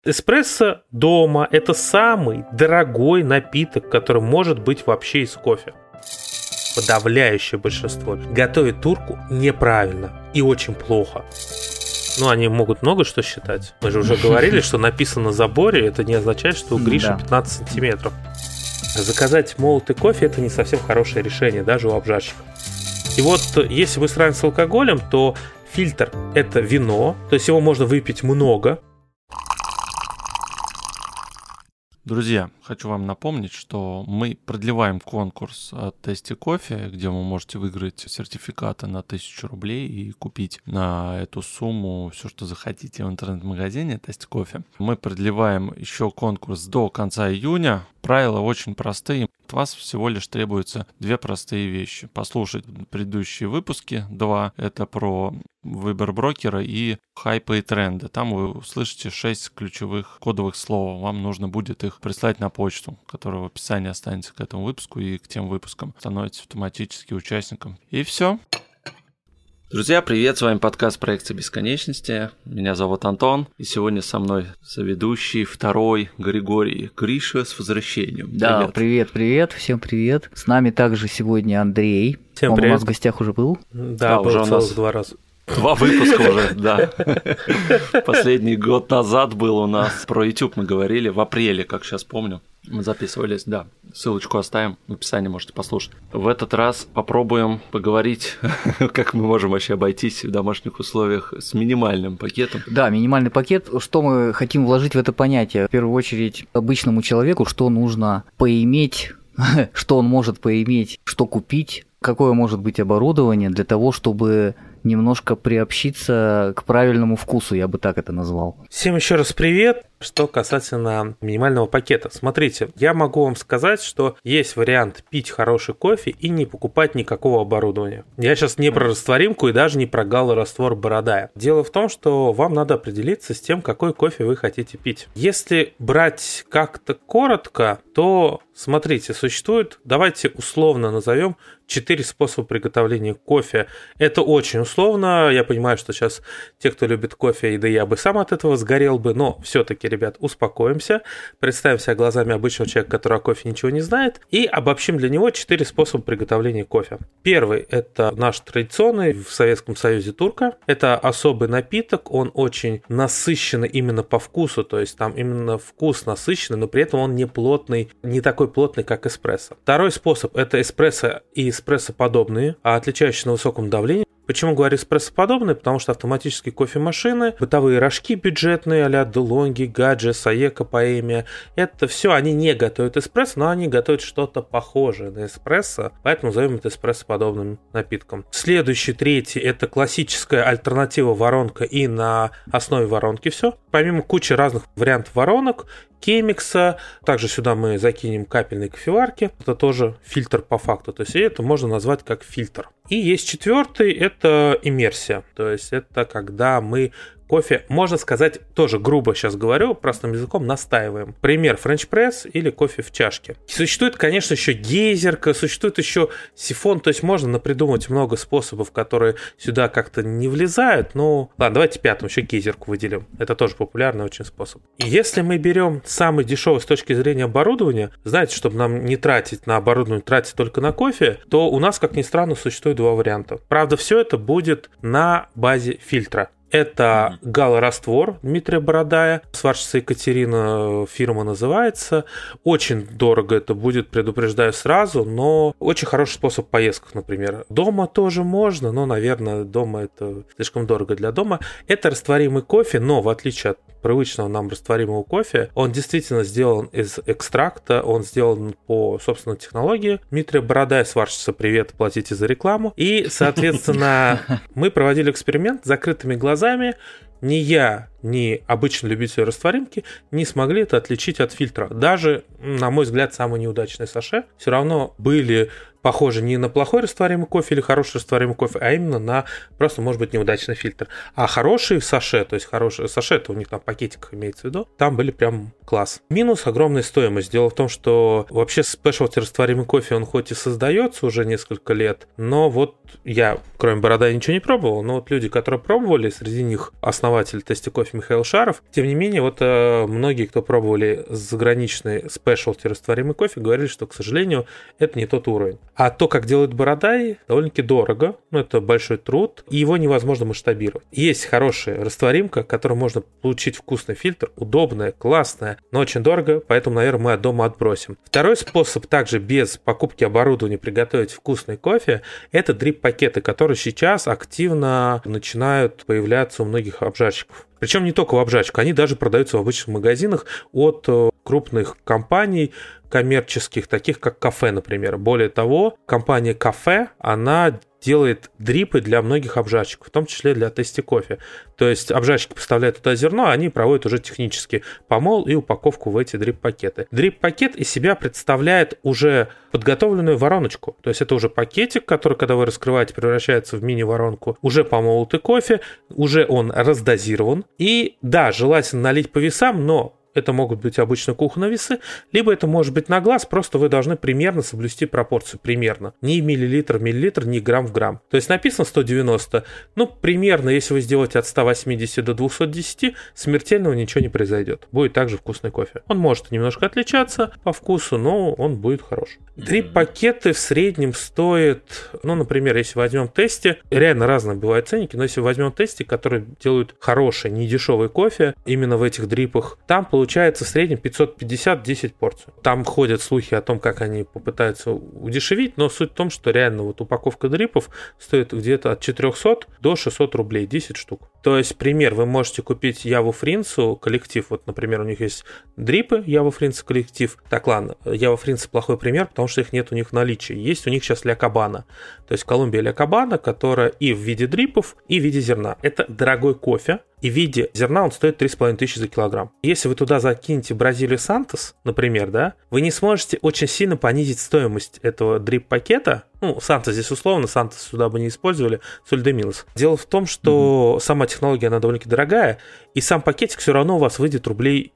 Эспрессо дома – это самый дорогой напиток, который может быть вообще из кофе. Подавляющее большинство готовит турку неправильно и очень плохо. Ну, они могут много что считать. Мы же уже говорили, что написано на заборе, это не означает, что у Гриши 15 сантиметров. Заказать молотый кофе – это не совсем хорошее решение, даже у обжарщиков. И вот, если мы сравним с алкоголем, то фильтр – это вино, то есть его можно выпить много. Друзья, хочу вам напомнить, что мы продлеваем конкурс от Tasty Coffee, где вы можете выиграть сертификаты на 1000 рублей и купить на эту сумму все, что захотите в интернет-магазине Tasty Coffee. Мы продлеваем еще конкурс до конца июня. Правила очень простые. От вас всего лишь требуется 2 простые вещи. Послушать предыдущие выпуски 2. Это про выбор брокера и хайпы и тренды. Там вы услышите 6 ключевых кодовых слов. Вам нужно будет их прислать на почту, которая в описании останется к этому выпуску и к тем выпускам. Становитесь автоматически участником. И все. Друзья, привет, с вами подкаст «Проекция бесконечности». Меня зовут Антон, и сегодня со мной соведущий второй Григорий. Гриша, с возвращением. Да, привет, всем привет. С нами также сегодня Андрей. Всем Он привет. у нас в гостях уже был. Да, был уже у нас 2 раза. 2 выпуска уже, да. Последний год назад был у нас. Про YouTube мы говорили в апреле, как сейчас помню. Мы записывались, да. Ссылочку оставим в описании, можете послушать. В этот раз попробуем поговорить, как мы можем вообще обойтись в домашних условиях с минимальным пакетом. Да, минимальный пакет. Что мы хотим вложить в это понятие? В первую очередь, обычному человеку, что нужно поиметь, что он может поиметь, что купить, какое может быть оборудование для того, чтобы немножко приобщиться к правильному вкусу, я бы так это назвал. Всем еще раз привет. Что касательно минимального пакета. Смотрите, я могу вам сказать, что есть вариант пить хороший кофе и не покупать никакого оборудования. Я сейчас не про растворимку и даже не про галлораствор Бородая. Дело в том, что вам надо определиться с тем, какой кофе вы хотите пить. Если брать как-то коротко, то смотрите, существует, давайте условно назовем 4 способа приготовления кофе. Это очень условно. Я понимаю, что сейчас те, кто любит кофе, да я бы сам от этого сгорел бы, но все-таки, ребят, успокоимся, представим себя глазами обычного человека, который о кофе ничего не знает, и обобщим для него 4 способа приготовления кофе. Первый – это наш традиционный в Советском Союзе турка. Это особый напиток, он очень насыщенный именно по вкусу, то есть там именно вкус насыщенный, но при этом он не плотный, не такой плотный, как эспрессо. Второй способ – это эспрессо и эспрессо-подобные, отличающиеся на высоком давлении. Почему говорю эспрессо-подобные? Потому что автоматические кофемашины, бытовые рожки бюджетные а-ля DeLonghi, Гаджи, Саека, Поэмия, это все, они не готовят эспрессо, но они готовят что-то похожее на эспрессо, поэтому назовем это эспрессо-подобным напитком. Следующий, третий, это классическая альтернатива воронка и на основе воронки все. Помимо кучи разных вариантов воронок, Кемикса, также сюда мы закинем капельные кофеварки, это тоже фильтр по факту, то есть это можно назвать как фильтр. И есть четвертый, это иммерсия, то есть это когда мы кофе, можно сказать, тоже грубо сейчас говорю, простым языком, настаиваем. Пример френч-пресс или кофе в чашке. Существует, конечно, еще гейзерка, существует еще сифон, то есть можно напридумать много способов, которые сюда как-то не влезают, но ладно, давайте пятым еще гейзерку выделим. Это тоже популярный очень способ. И если мы берем самый дешевый с точки зрения оборудования, знаете, чтобы нам не тратить на оборудование, тратить только на кофе, то у нас, как ни странно, существует 2 варианта. Правда, все это будет на базе фильтра. Это галлораствор Дмитрия Бородая, сварщица Екатерина фирма называется. Очень дорого это будет, предупреждаю сразу, но очень хороший способ в поездках, например. Дома тоже можно, но, наверное, дома это слишком дорого для дома. Это растворимый кофе, но в отличие от привычного нам растворимого кофе, он действительно сделан из экстракта, он сделан по собственной технологии. Дмитрия Бородая, сварщица, привет, платите за рекламу. И, соответственно, мы проводили эксперимент с закрытыми глазами. Ни я, ни обычный любитель растворимки не смогли это отличить от фильтра. Даже, на мой взгляд, самые неудачные саше все равно были похожи не на плохой растворимый кофе или хороший растворимый кофе, а именно на просто, может быть, неудачный фильтр. А хорошие саше, то есть хорошие саше, это у них там в пакетиках имеется в виду, там были прям класс. Минус — огромная стоимость. Дело в том, что вообще спешлти растворимый кофе, он хоть и создается уже несколько лет, но вот я, кроме Бородая, ничего не пробовал, но вот люди, которые пробовали, среди них основатель Tasty Coffee кофе Михаил Шаров. Тем не менее, вот многие, кто пробовали заграничный спешлти растворимый кофе, говорили, что, к сожалению, это не тот уровень. А то, как делают Бородай, довольно-таки дорого, это большой труд, и его невозможно масштабировать. Есть хорошая растворимка, которой можно получить вкусный фильтр, удобная, классная, но очень дорого, поэтому, наверное, мы от дома отбросим. Второй способ также без покупки оборудования приготовить вкусный кофе – это дрип-пакеты, которые сейчас активно начинают появляться у многих обжарщиков. Причем не только в обжарщиках, они даже продаются в обычных магазинах от крупных компаний коммерческих, таких как Кафе, например. Более того, компания Кафе, она делает дрипы для многих обжарщиков, в том числе для Tasty Coffee. То есть обжарщики поставляют туда зерно, они проводят уже технический помол и упаковку в эти дрип-пакеты. Дрип-пакет из себя представляет уже подготовленную вороночку. То есть это уже пакетик, который, когда вы раскрываете, превращается в мини-воронку. Уже помолотый кофе, уже он раздозирован. И да, желательно налить по весам, но это могут быть обычно кухонные весы, либо это может быть на глаз, просто вы должны примерно соблюсти пропорцию, примерно. Не миллилитр в миллилитр, не грамм в грамм. То есть написано 190, примерно, если вы сделаете от 180 до 210, смертельного ничего не произойдет. Будет также вкусный кофе. Он может немножко отличаться по вкусу, но он будет хорош. Дрип-пакеты в среднем стоят, например, если возьмем Tasty, реально разные бывают ценники, но если возьмем Tasty, которые делают хороший, недешевый кофе, именно в этих дрипах, там получается в среднем 550-10 порций. Там ходят слухи о том, как они попытаются удешевить, но суть в том, что реально вот упаковка дрипов стоит где-то от 400 до 600 рублей, 10 штук. То есть, пример, вы можете купить Яву Фринцу коллектив, вот, например, у них есть дрипы Ява Фринца коллектив. Так, ладно, Ява Фринца плохой пример, потому что их нет у них в наличии. Есть у них сейчас Ля Кабана. То есть Колумбия Ля Кабана, которая и в виде дрипов, и в виде зерна. Это дорогой кофе, и в виде зерна он стоит 3500 за килограмм. Если вы туда закинете Бразилию Сантос, например, да, вы не сможете очень сильно понизить стоимость этого дрип-пакета. Сантос здесь условно, Сантос сюда бы не использовали, Соль де Милос. Дело в том, что сама технология, она довольно-таки дорогая, и сам пакетик все равно у вас выйдет рублей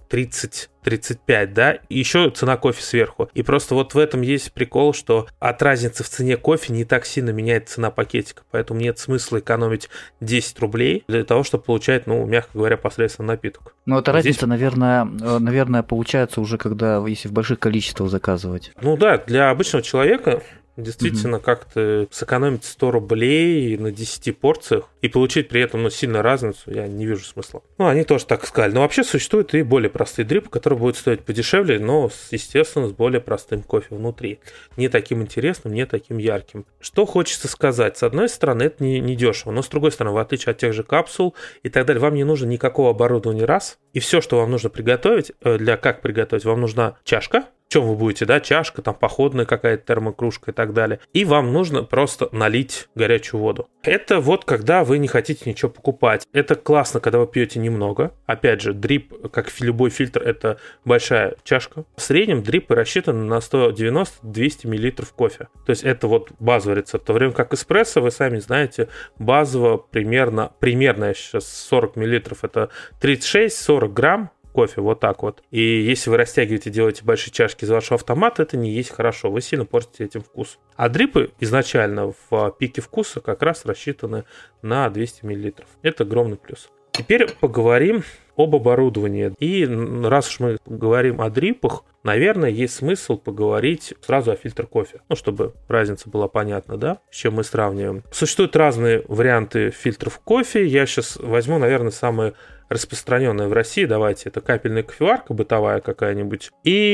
30-35, да, и еще цена кофе сверху. И просто вот в этом есть прикол, что от разницы в цене кофе не так сильно меняется цена пакетика, поэтому нет смысла экономить 10 рублей для того, чтобы получать, мягко говоря, посредственный напиток. Но эта разница, наверное, получается уже, если в больших количествах заказывать. Да, для обычного человека действительно как-то сэкономить 100 рублей на 10 порциях и получить при этом сильную разницу, я не вижу смысла. Они тоже так сказали. Но вообще существуют и более простые дрипы, которые будут стоить подешевле, но, естественно, с более простым кофе внутри. Не таким интересным, не таким ярким. Что хочется сказать? С одной стороны, это не дешево, но с другой стороны, в отличие от тех же капсул и так далее, вам не нужно никакого оборудования раз, и все, что вам нужно приготовить, как приготовить, вам нужна чашка, в чем вы будете, да, чашка, там походная какая-то термокружка и так далее. И вам нужно просто налить горячую воду. Это вот когда вы не хотите ничего покупать. Это классно, когда вы пьете немного. Опять же, дрип, как любой фильтр, это большая чашка. В среднем дрипы рассчитаны на 190-200 мл кофе. То есть это вот базовый рецепт. В то время как эспрессо, вы сами знаете, базово примерно сейчас 40 мл, это 36-40 грамм кофе, вот так вот. И если вы растягиваете, делаете большие чашки из вашего автомата, это не есть хорошо, вы сильно портите этим вкус. А дрипы изначально в пике вкуса как раз рассчитаны на 200 мл. Это огромный плюс. Теперь поговорим об оборудовании. И раз уж мы говорим о дрипах, наверное, есть смысл поговорить сразу о фильтр кофе, чтобы разница была понятна, да, с чем мы сравниваем. Существуют разные варианты фильтров кофе. Я сейчас возьму, наверное, самые распространенная в России, давайте, это капельная кофеварка бытовая какая-нибудь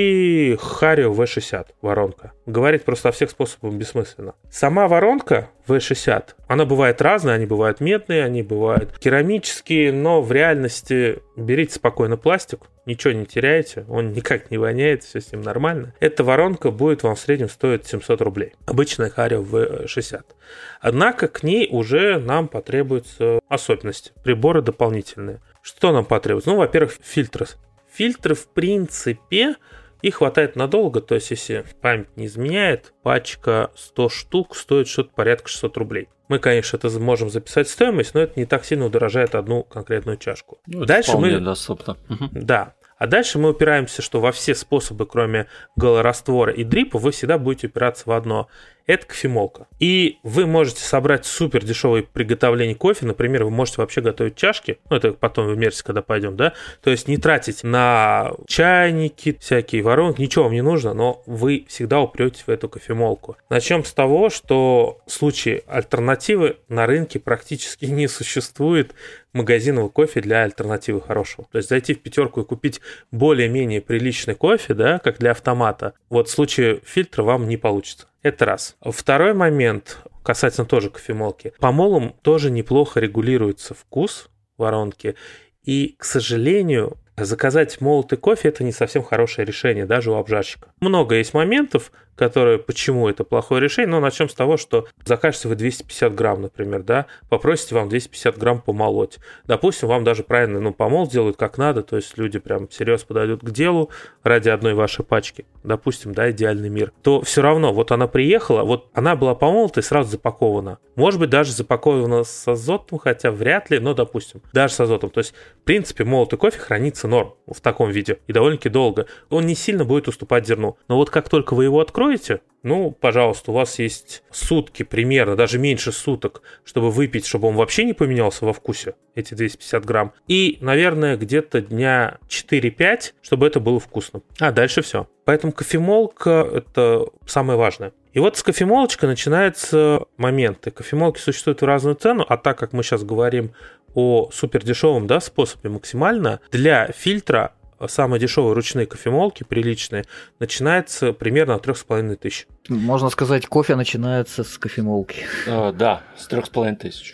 и Hario V60 воронка. Говорить просто о всех способах бессмысленно. Сама воронка V60, она бывает разная, они бывают медные, они бывают керамические, но в реальности берите спокойно пластик, ничего не теряете, он никак не воняет, все с ним нормально. Эта воронка будет вам в среднем стоить 700 рублей. Обычная Hario V60. Однако к ней уже нам потребуются особенности, приборы дополнительные. Что нам потребуется? Во-первых, фильтры. Фильтры, в принципе, их хватает надолго, то есть, если память не изменяет, пачка 100 штук стоит что-то порядка 600 рублей. Мы, конечно, это можем записать стоимость, но это не так сильно удорожает одну конкретную чашку. Дальше вполне доступно. Да. А дальше мы упираемся, что во все способы, кроме галораствора и дрипа, вы всегда будете упираться в одно. Это кофемолка. И вы можете собрать супер дешевое приготовление кофе. Например, вы можете вообще готовить чашки. Ну, это потом в мерсе, когда пойдем, да. То есть не тратить на чайники, всякие воронки. Ничего вам не нужно, но вы всегда упретесь в эту кофемолку. Начнем с того, что в случае альтернативы на рынке практически не существует магазинного кофе для альтернативы хорошего. То есть зайти в пятерку и купить более-менее приличный кофе, да, как для автомата, вот в случае фильтра вам не получится. Это раз. Второй момент, касательно тоже кофемолки. Помолом тоже неплохо регулируется вкус воронки. И, к сожалению, заказать молотый кофе – это не совсем хорошее решение, даже у обжарщика. Много есть моментов, которые, почему это плохое решение, но начнем с того, что закажете вы 250 грамм, например, да, попросите вам 250 грамм помолоть. Допустим, вам даже правильно, помол сделают как надо, то есть люди прям всерьез подойдут к делу ради одной вашей пачки, допустим, да, идеальный мир, то все равно, вот она приехала, вот она была помолота и сразу запакована. Может быть, даже запакована с азотом, хотя вряд ли, но, допустим, даже с азотом. То есть, в принципе, молотый кофе хранится норм в таком виде и довольно-таки долго. Он не сильно будет уступать зерну. Но вот как только вы его откроете, пожалуйста, у вас есть сутки примерно, даже меньше суток, чтобы выпить, чтобы он вообще не поменялся во вкусе, эти 250 грамм. И, наверное, где-то дня 4-5, чтобы это было вкусно. А дальше все. Поэтому кофемолка – это самое важное. И вот с кофемолочкой начинаются моменты. Кофемолки существуют в разную цену, а так как мы сейчас говорим о супердешевом, да, способе максимально, для фильтра самые дешевые ручные кофемолки, приличные, начинается примерно от 3500. Можно сказать, кофе начинается с кофемолки. Да, с 3500.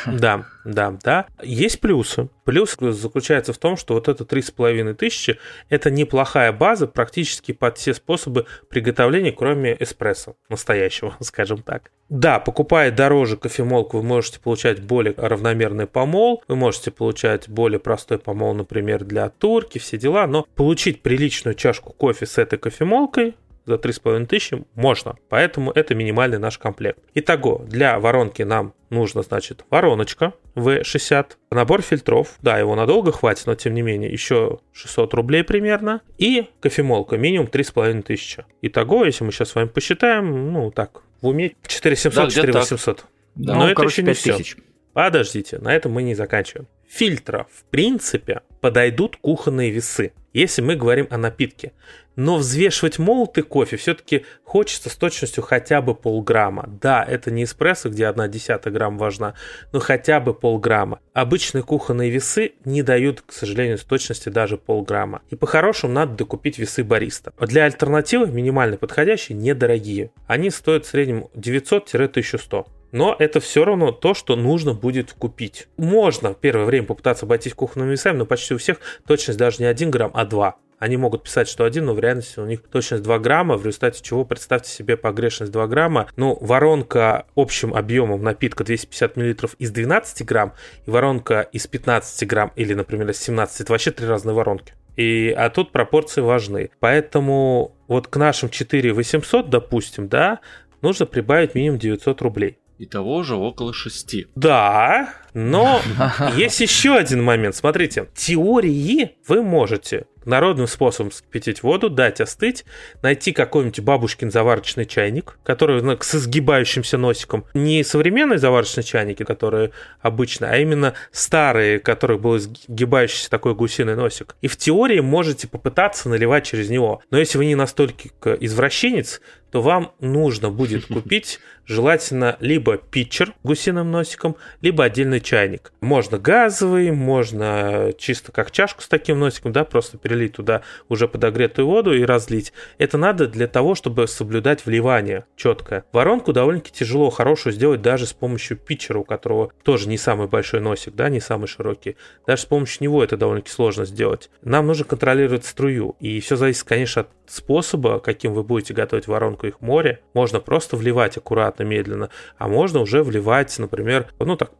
Да. Есть плюсы. Плюс заключается в том, что вот это 3500 – это неплохая база практически под все способы приготовления, кроме эспрессо настоящего, скажем так. Да, покупая дороже кофемолку, вы можете получать более равномерный помол, вы можете получать более простой помол, например, для турки, все дела, но получить приличную чашку кофе с этой кофемолкой за 3500 можно, поэтому это минимальный наш комплект. Итого, для воронки нам нужно, значит, вороночка V60, набор фильтров, да, его надолго хватит, но тем не менее, еще 600 рублей примерно, и кофемолка минимум 3500. Итого, если мы сейчас с вами посчитаем, так, в уме 4700-4800. Да, но это еще не 5000. все. Подождите, на этом мы не заканчиваем. Фильтра, в принципе, подойдут кухонные весы, если мы говорим о напитке. Но взвешивать молотый кофе все-таки хочется с точностью хотя бы полграмма. Да, это не эспрессо, где 0,1 грамм важна, но хотя бы полграмма. Обычные кухонные весы не дают, к сожалению, с точности даже полграмма. И по-хорошему надо докупить весы бариста. Для альтернативы минимально подходящие, недорогие. Они стоят в среднем 900-1100. Но это все равно то, что нужно будет купить. Можно в первое время попытаться обойтись кухонными весами, но почти у всех точность даже не 1 грамм, а 2. Они могут писать, что 1, но в реальности у них точность 2 грамма, в результате чего, представьте себе, погрешность 2 грамма. Воронка общим объемом напитка 250 мл из 12 грамм, и воронка из 15 грамм или, например, из 17, это вообще 3 разные воронки. А тут пропорции важны. Поэтому вот к нашим 4800, допустим, да, нужно прибавить минимум 900 рублей. Итого же около 6. Да, но есть еще один момент. Смотрите, в теории вы можете народным способом вскипятить воду, дать остыть, найти какой-нибудь бабушкин заварочный чайник, который с изгибающимся носиком. Не современные заварочные чайники, которые обычно, а именно старые, у которых был изгибающийся такой гусиный носик. И в теории можете попытаться наливать через него. Но если вы не настолько извращенец, то вам нужно будет купить желательно либо питчер с гусиным носиком, либо отдельный чайник. Можно газовый, можно чисто как чашку с таким носиком, да, просто перелить туда уже подогретую воду и разлить. Это надо для того, чтобы соблюдать вливание четкое. Воронку довольно-таки тяжело хорошую сделать даже с помощью питчера, у которого тоже не самый большой носик, да, не самый широкий. Даже с помощью него это довольно-таки сложно сделать. Нам нужно контролировать струю. И все зависит, конечно, от способа, каким вы будете готовить воронку их море. Можно просто вливать аккуратно, медленно, а можно уже вливать, например, так по кругу.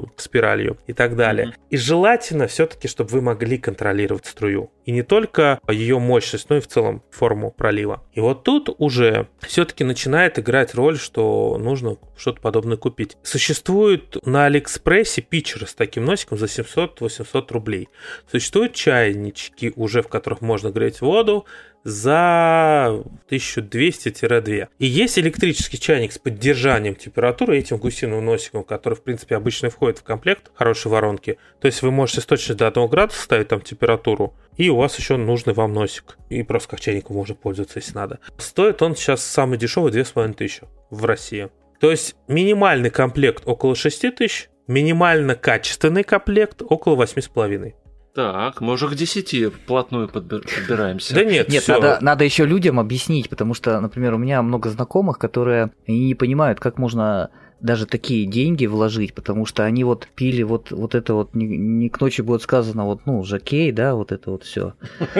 круглую спиралью и так далее. И желательно все-таки, чтобы вы могли контролировать струю. И не только ее мощность, но и в целом форму пролива. И вот тут уже все-таки начинает играть роль, что нужно что-то подобное купить. Существует на Алиэкспрессе питчеры с таким носиком за 700-800 рублей. Существуют чайнички уже, в которых можно греть воду, за 1200-2. И есть электрический чайник с поддержанием температуры этим гусиным носиком, который, в принципе, обычно входит в комплект хорошей воронки. То есть вы можете с точностью до 1 градуса ставить там температуру, и у вас еще нужный вам носик. И просто как чайником можно пользоваться, если надо. Стоит он сейчас самый дешевый 2500 в России. То есть минимальный комплект около 6000, минимально качественный комплект около 8,5. Так, мы уже к 10 вплотную подбираемся. Да нет, надо еще людям объяснить, потому что, например, у меня много знакомых, которые не понимают, как можно даже такие деньги вложить, потому что они вот пили вот это вот, не к ночи будет сказано, вот, ну, жокей, да, вот это вот все.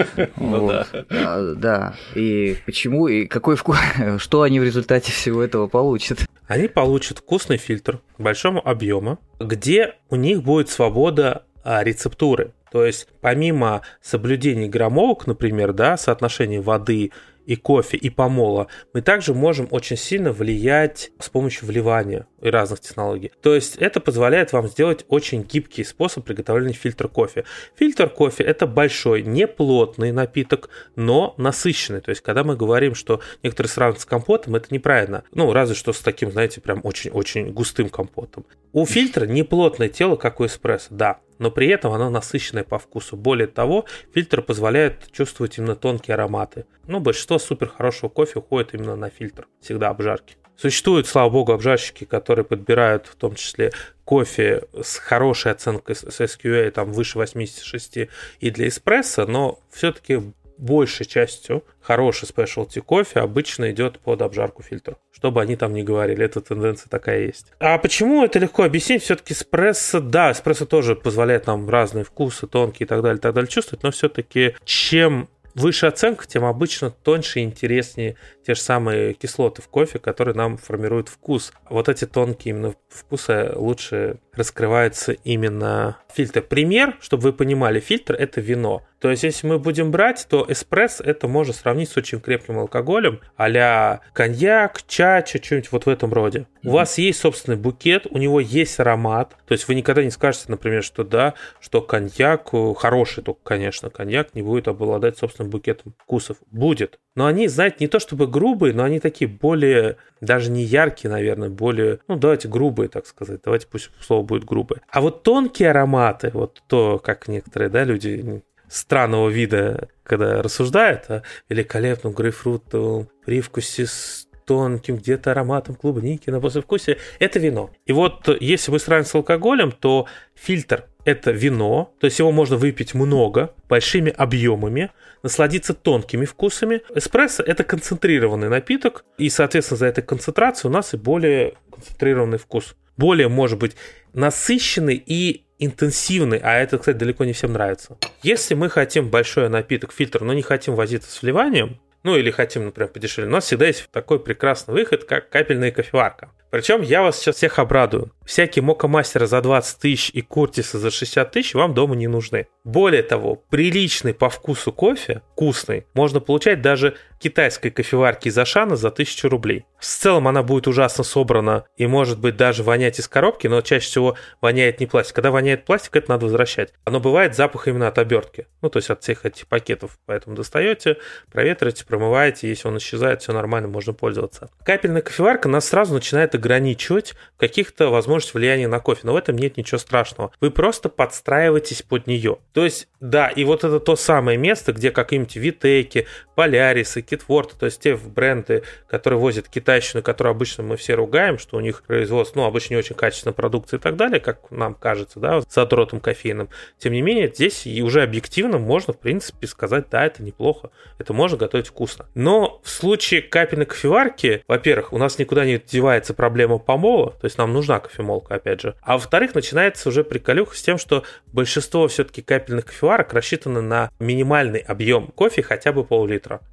Да, и почему, и какой вкус, что они в результате всего этого получат? Они получат вкусный фильтр большого объема, где у них будет свобода рецептуры. То есть помимо соблюдения граммовок, например, да, соотношения воды и кофе, и помола, мы также можем очень сильно влиять с помощью вливания и разных технологий. То есть это позволяет вам сделать очень гибкий способ приготовления фильтра кофе. Фильтр кофе – это большой, неплотный напиток, но насыщенный. То есть когда мы говорим, что некоторые сравнивают с компотом, это неправильно. Ну, разве что с таким, знаете, прям очень-очень густым компотом. У фильтра неплотное тело, как у эспрессо, да, но при этом оно насыщенное по вкусу. Более того, фильтр позволяет чувствовать именно тонкие ароматы. Но большинство супер хорошего кофе уходит именно на фильтр, всегда обжарки. Существуют, слава богу, обжарщики, которые подбирают в том числе кофе с хорошей оценкой, с SQA там выше 86 и для эспрессо, но все-таки большей частью хороший спешлти кофе обычно идет под обжарку фильтра, чтобы они там не говорили, эта тенденция такая есть. А почему это легко объяснить? Все-таки эспрессо, да, эспрессо тоже позволяет нам разные вкусы, тонкие и так далее чувствовать, но все-таки чем выше оценка, тем обычно тоньше и интереснее те же самые кислоты в кофе, которые нам формируют вкус. Вот эти тонкие именно вкусы лучше раскрываются именно в фильтре. Пример, чтобы вы понимали, фильтр – это вино. То есть, если мы будем брать, то эспрессо это можно сравнить с очень крепким алкоголем, а-ля коньяк, чача, что-нибудь вот в этом роде. У вас есть собственный букет, у него есть аромат. То есть, вы никогда не скажете, например, что да, что коньяк хороший, только, конечно, коньяк не будет обладать собственным букетом вкусов. Будет. Но они, знаете, не то чтобы грубые, но они такие более, даже не яркие, наверное, более, ну, давайте грубые, так сказать. Давайте пусть слово будет грубое. А вот тонкие ароматы, вот то, как некоторые, да, люди странного вида, когда рассуждают о великолепном грейпфрутовом привкусе с тонким где-то ароматом клубники на послевкусие, это вино. И вот если вы сравниваете с алкоголем, то фильтр – это вино, то есть его можно выпить много, большими объемами, насладиться тонкими вкусами. Эспрессо – это концентрированный напиток, и, соответственно, за этой концентрацией у нас и более концентрированный вкус. Более, может быть, насыщенный и интенсивный, а это, кстати, далеко не всем нравится. Если мы хотим большой напиток, фильтр, но не хотим возиться с вливанием, ну или хотим, например, подешевле, у нас всегда есть такой прекрасный выход, как капельная кофеварка. Причем я вас сейчас всех обрадую. Всякие Мокомастеры за 20 тысяч и Куртисы за 60 тысяч вам дома не нужны. Более того, приличный по вкусу кофе, вкусный, можно получать даже китайской кофеварки из Ашана за 1000 рублей. В целом она будет ужасно собрана и может быть даже вонять из коробки, но чаще всего воняет не пластик. Когда воняет пластик, это надо возвращать. Оно бывает запах именно от обертки, ну то есть от всех этих пакетов. Поэтому достаете, проветриваете, промываете, если он исчезает, все нормально, можно пользоваться. Капельная кофеварка нас сразу начинает ограничивать в каких-то возможностях влияния на кофе, но в этом нет ничего страшного. Вы просто подстраиваетесь под нее. То есть, да, и вот это то самое место, где какие-нибудь Витеки, Полярисы, Китворты, то есть те бренды, которые возят китайщину, которые обычно мы все ругаем, что у них производство, ну, обычно не очень качественная продукция и так далее, как нам кажется, да, с задротом кофейным. Тем не менее, здесь и уже объективно можно, в принципе, сказать, да, это неплохо, это можно готовить вкусно. Но в случае капельной кофеварки, во-первых, у нас никуда не девается проблема помола, то есть нам нужна кофемолка, опять же. А во-вторых, начинается уже приколюха с тем, что большинство все-таки капельных кофеварок рассчитано на минимальный объем кофе, хотя бы пол-литра. А это означает,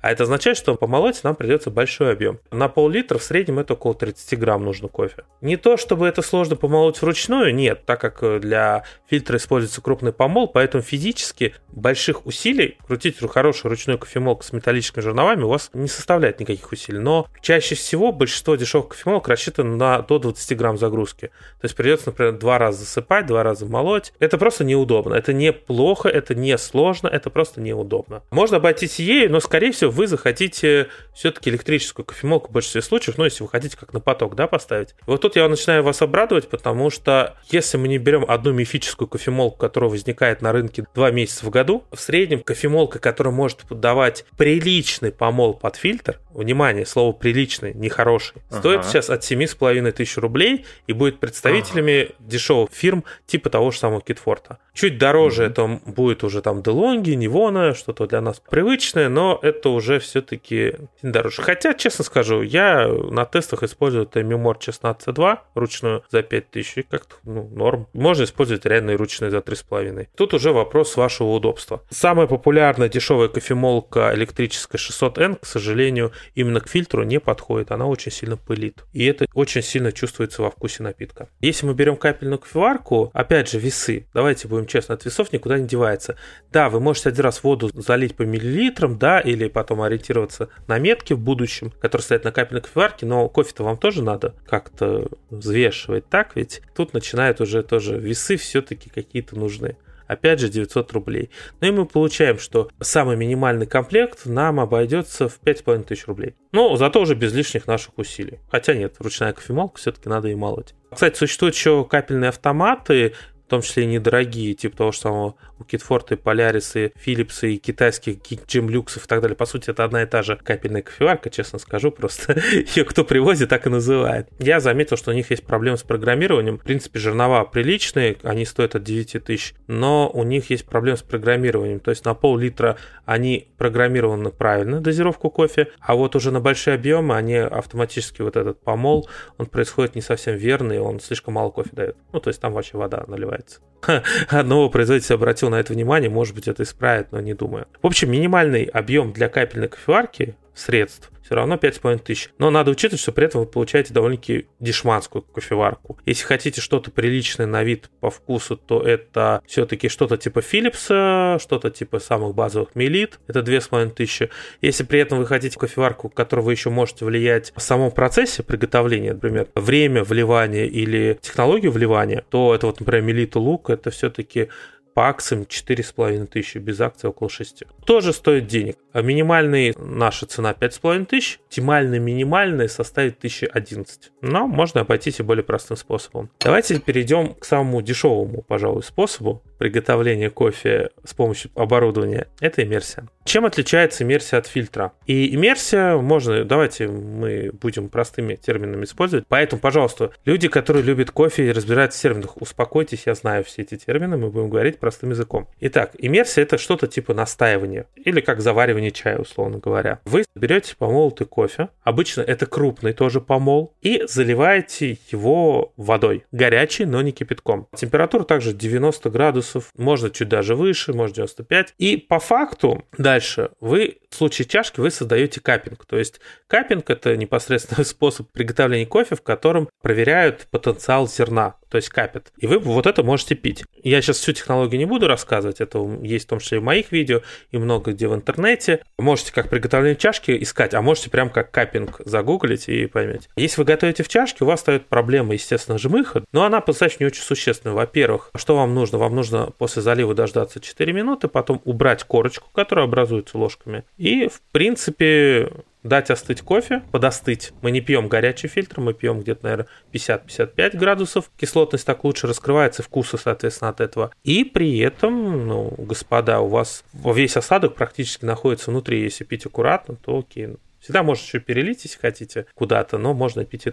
означает, что помолоть нам придется большой объем. На пол-литра в среднем это около 30 грамм нужно кофе. Не то, чтобы это сложно помолоть вручную, нет, так как для фильтра используется крупный помол, поэтому физически больших усилий крутить хорошую ручную кофемолку с металлическими жерновами у вас не составляет никаких усилий. Но чаще всего большинство дешевых кофемолок рассчитано на до 20 грамм загрузки. То есть придется, например, 2 раза засыпать, 2 раза молоть. Это просто неудобно. Это не плохо, это не сложно, это просто неудобно. Можно обойтись ею, но, скорее всего, вы захотите все-таки электрическую кофемолку в большинстве случаев, ну, если вы хотите как на поток, да, поставить. Вот тут я начинаю вас обрадовать, потому что если мы не берем одну мифическую кофемолку, которая возникает на рынке 2 месяца в году, в среднем кофемолка, которая может подавать приличный помол под фильтр, внимание, слово приличный, не хороший, стоит сейчас от 7,5 тысяч рублей и будет представителями дешевых фирм типа того же самого Китфорта. Чуть дороже это будет уже там DeLonghi, Nivona, что-то для нас привычное, но это уже все-таки дороже. Хотя, честно скажу, я на тестах использую Memoir 16C2 ручную за 5000, как-то норм. Можно использовать реально и ручную за 3,5. Тут уже вопрос вашего удобства. Самая популярная дешевая кофемолка электрическая 600N, к сожалению, именно к фильтру не подходит. Она очень сильно пылит. И это очень сильно чувствуется во вкусе напитка. Если мы берем капельную кофеварку, опять же, весы. Давайте будем честно, от весов никуда не девается. Да, вы можете один раз воду залить по миллилитрам, да, или потом ориентироваться на метки в будущем, которые стоят на капельной кофеварке, но кофе-то вам тоже надо как-то взвешивать, так ведь? Тут начинают уже тоже весы все-таки какие-то нужны. Опять же, 900 рублей. Ну и мы получаем, что самый минимальный комплект нам обойдется в 5500 рублей. Но зато уже без лишних наших усилий. Хотя нет, ручная кофемолка все-таки надо и молоть. Кстати, существуют еще капельные автоматы, в том числе и недорогие, типа того же самого у Китфорта, и Polaris, и Philips, и китайских Jim Luxe и так далее. По сути, это одна и та же капельная кофеварка, честно скажу, просто ее кто привозит, так и называет. Я заметил, что у них есть проблемы с программированием. В принципе, жернова приличные, они стоят от 9 тысяч, но у них есть проблемы с программированием. То есть на пол-литра они программированы правильно, дозировку кофе, а вот уже на большие объемы они автоматически, вот этот помол, он происходит не совсем верно, и он слишком мало кофе дает. Ну, то есть там вообще вода наливается. Одного производителя обратил на это внимание, может быть, это исправит, но не думаю. В общем, минимальный объем для капельной кофеварки средств все равно 5500. Но надо учитывать, что при этом вы получаете довольно-таки дешманскую кофеварку. Если хотите что-то приличное на вид по вкусу, то это все-таки что-то типа Philips, что-то типа самых базовых Melit, это 2500. Если при этом вы хотите кофеварку, в которой вы еще можете влиять в самом процессе приготовления, например, время вливания или технологию вливания, то это вот, например, Melit Look, это все-таки по акциям 4500, без акций около 6. Тоже стоит денег. А минимальная наша цена 5500, минимальная составит 1011. Но можно обойтись и более простым способом. Давайте перейдем к самому дешевому, пожалуй, способу приготовления кофе с помощью оборудования. Это иммерсия. Чем отличается иммерсия от фильтра? И иммерсия можно, давайте мы будем простыми терминами использовать. Поэтому, пожалуйста, люди, которые любят кофе и разбираются в терминах, успокойтесь, я знаю все эти термины, мы будем говорить простым языком. Итак, иммерсия — это что-то типа настаивания, или как заваривание чая, условно говоря. Вы берете помолотый кофе, обычно это крупный тоже помол, и заливаете его водой, горячей, но не кипятком. Температура также 90 градусов, можно чуть даже выше, может 95. И по факту дальше вы в случае чашки вы создаете каппинг. То есть каппинг — это непосредственно способ приготовления кофе, в котором проверяют потенциал зерна, то есть капят. И вы вот это можете пить. Я сейчас всю технологию не буду рассказывать, это есть в том числе и в моих видео, и много где в интернете. Можете как приготовление чашки искать, а можете прям как каппинг загуглить и поймете. Если вы готовите в чашке, у вас стоит проблема, естественно, жмыха, но она достаточно не очень существенная. Во-первых, что вам нужно? Вам нужно после залива дождаться 4 минуты, потом убрать корочку, которая образуется ложками, и, в принципе, дать остыть кофе, подостыть. Мы не пьем горячий фильтр, мы пьем где-то, наверное, 50-55 градусов. Кислотность так лучше раскрывается, вкусы, соответственно, от этого. И при этом, господа, у вас весь осадок практически находится внутри. Если пить аккуратно, то окей. Всегда можно еще перелить, если хотите, куда-то, но можно пить и так.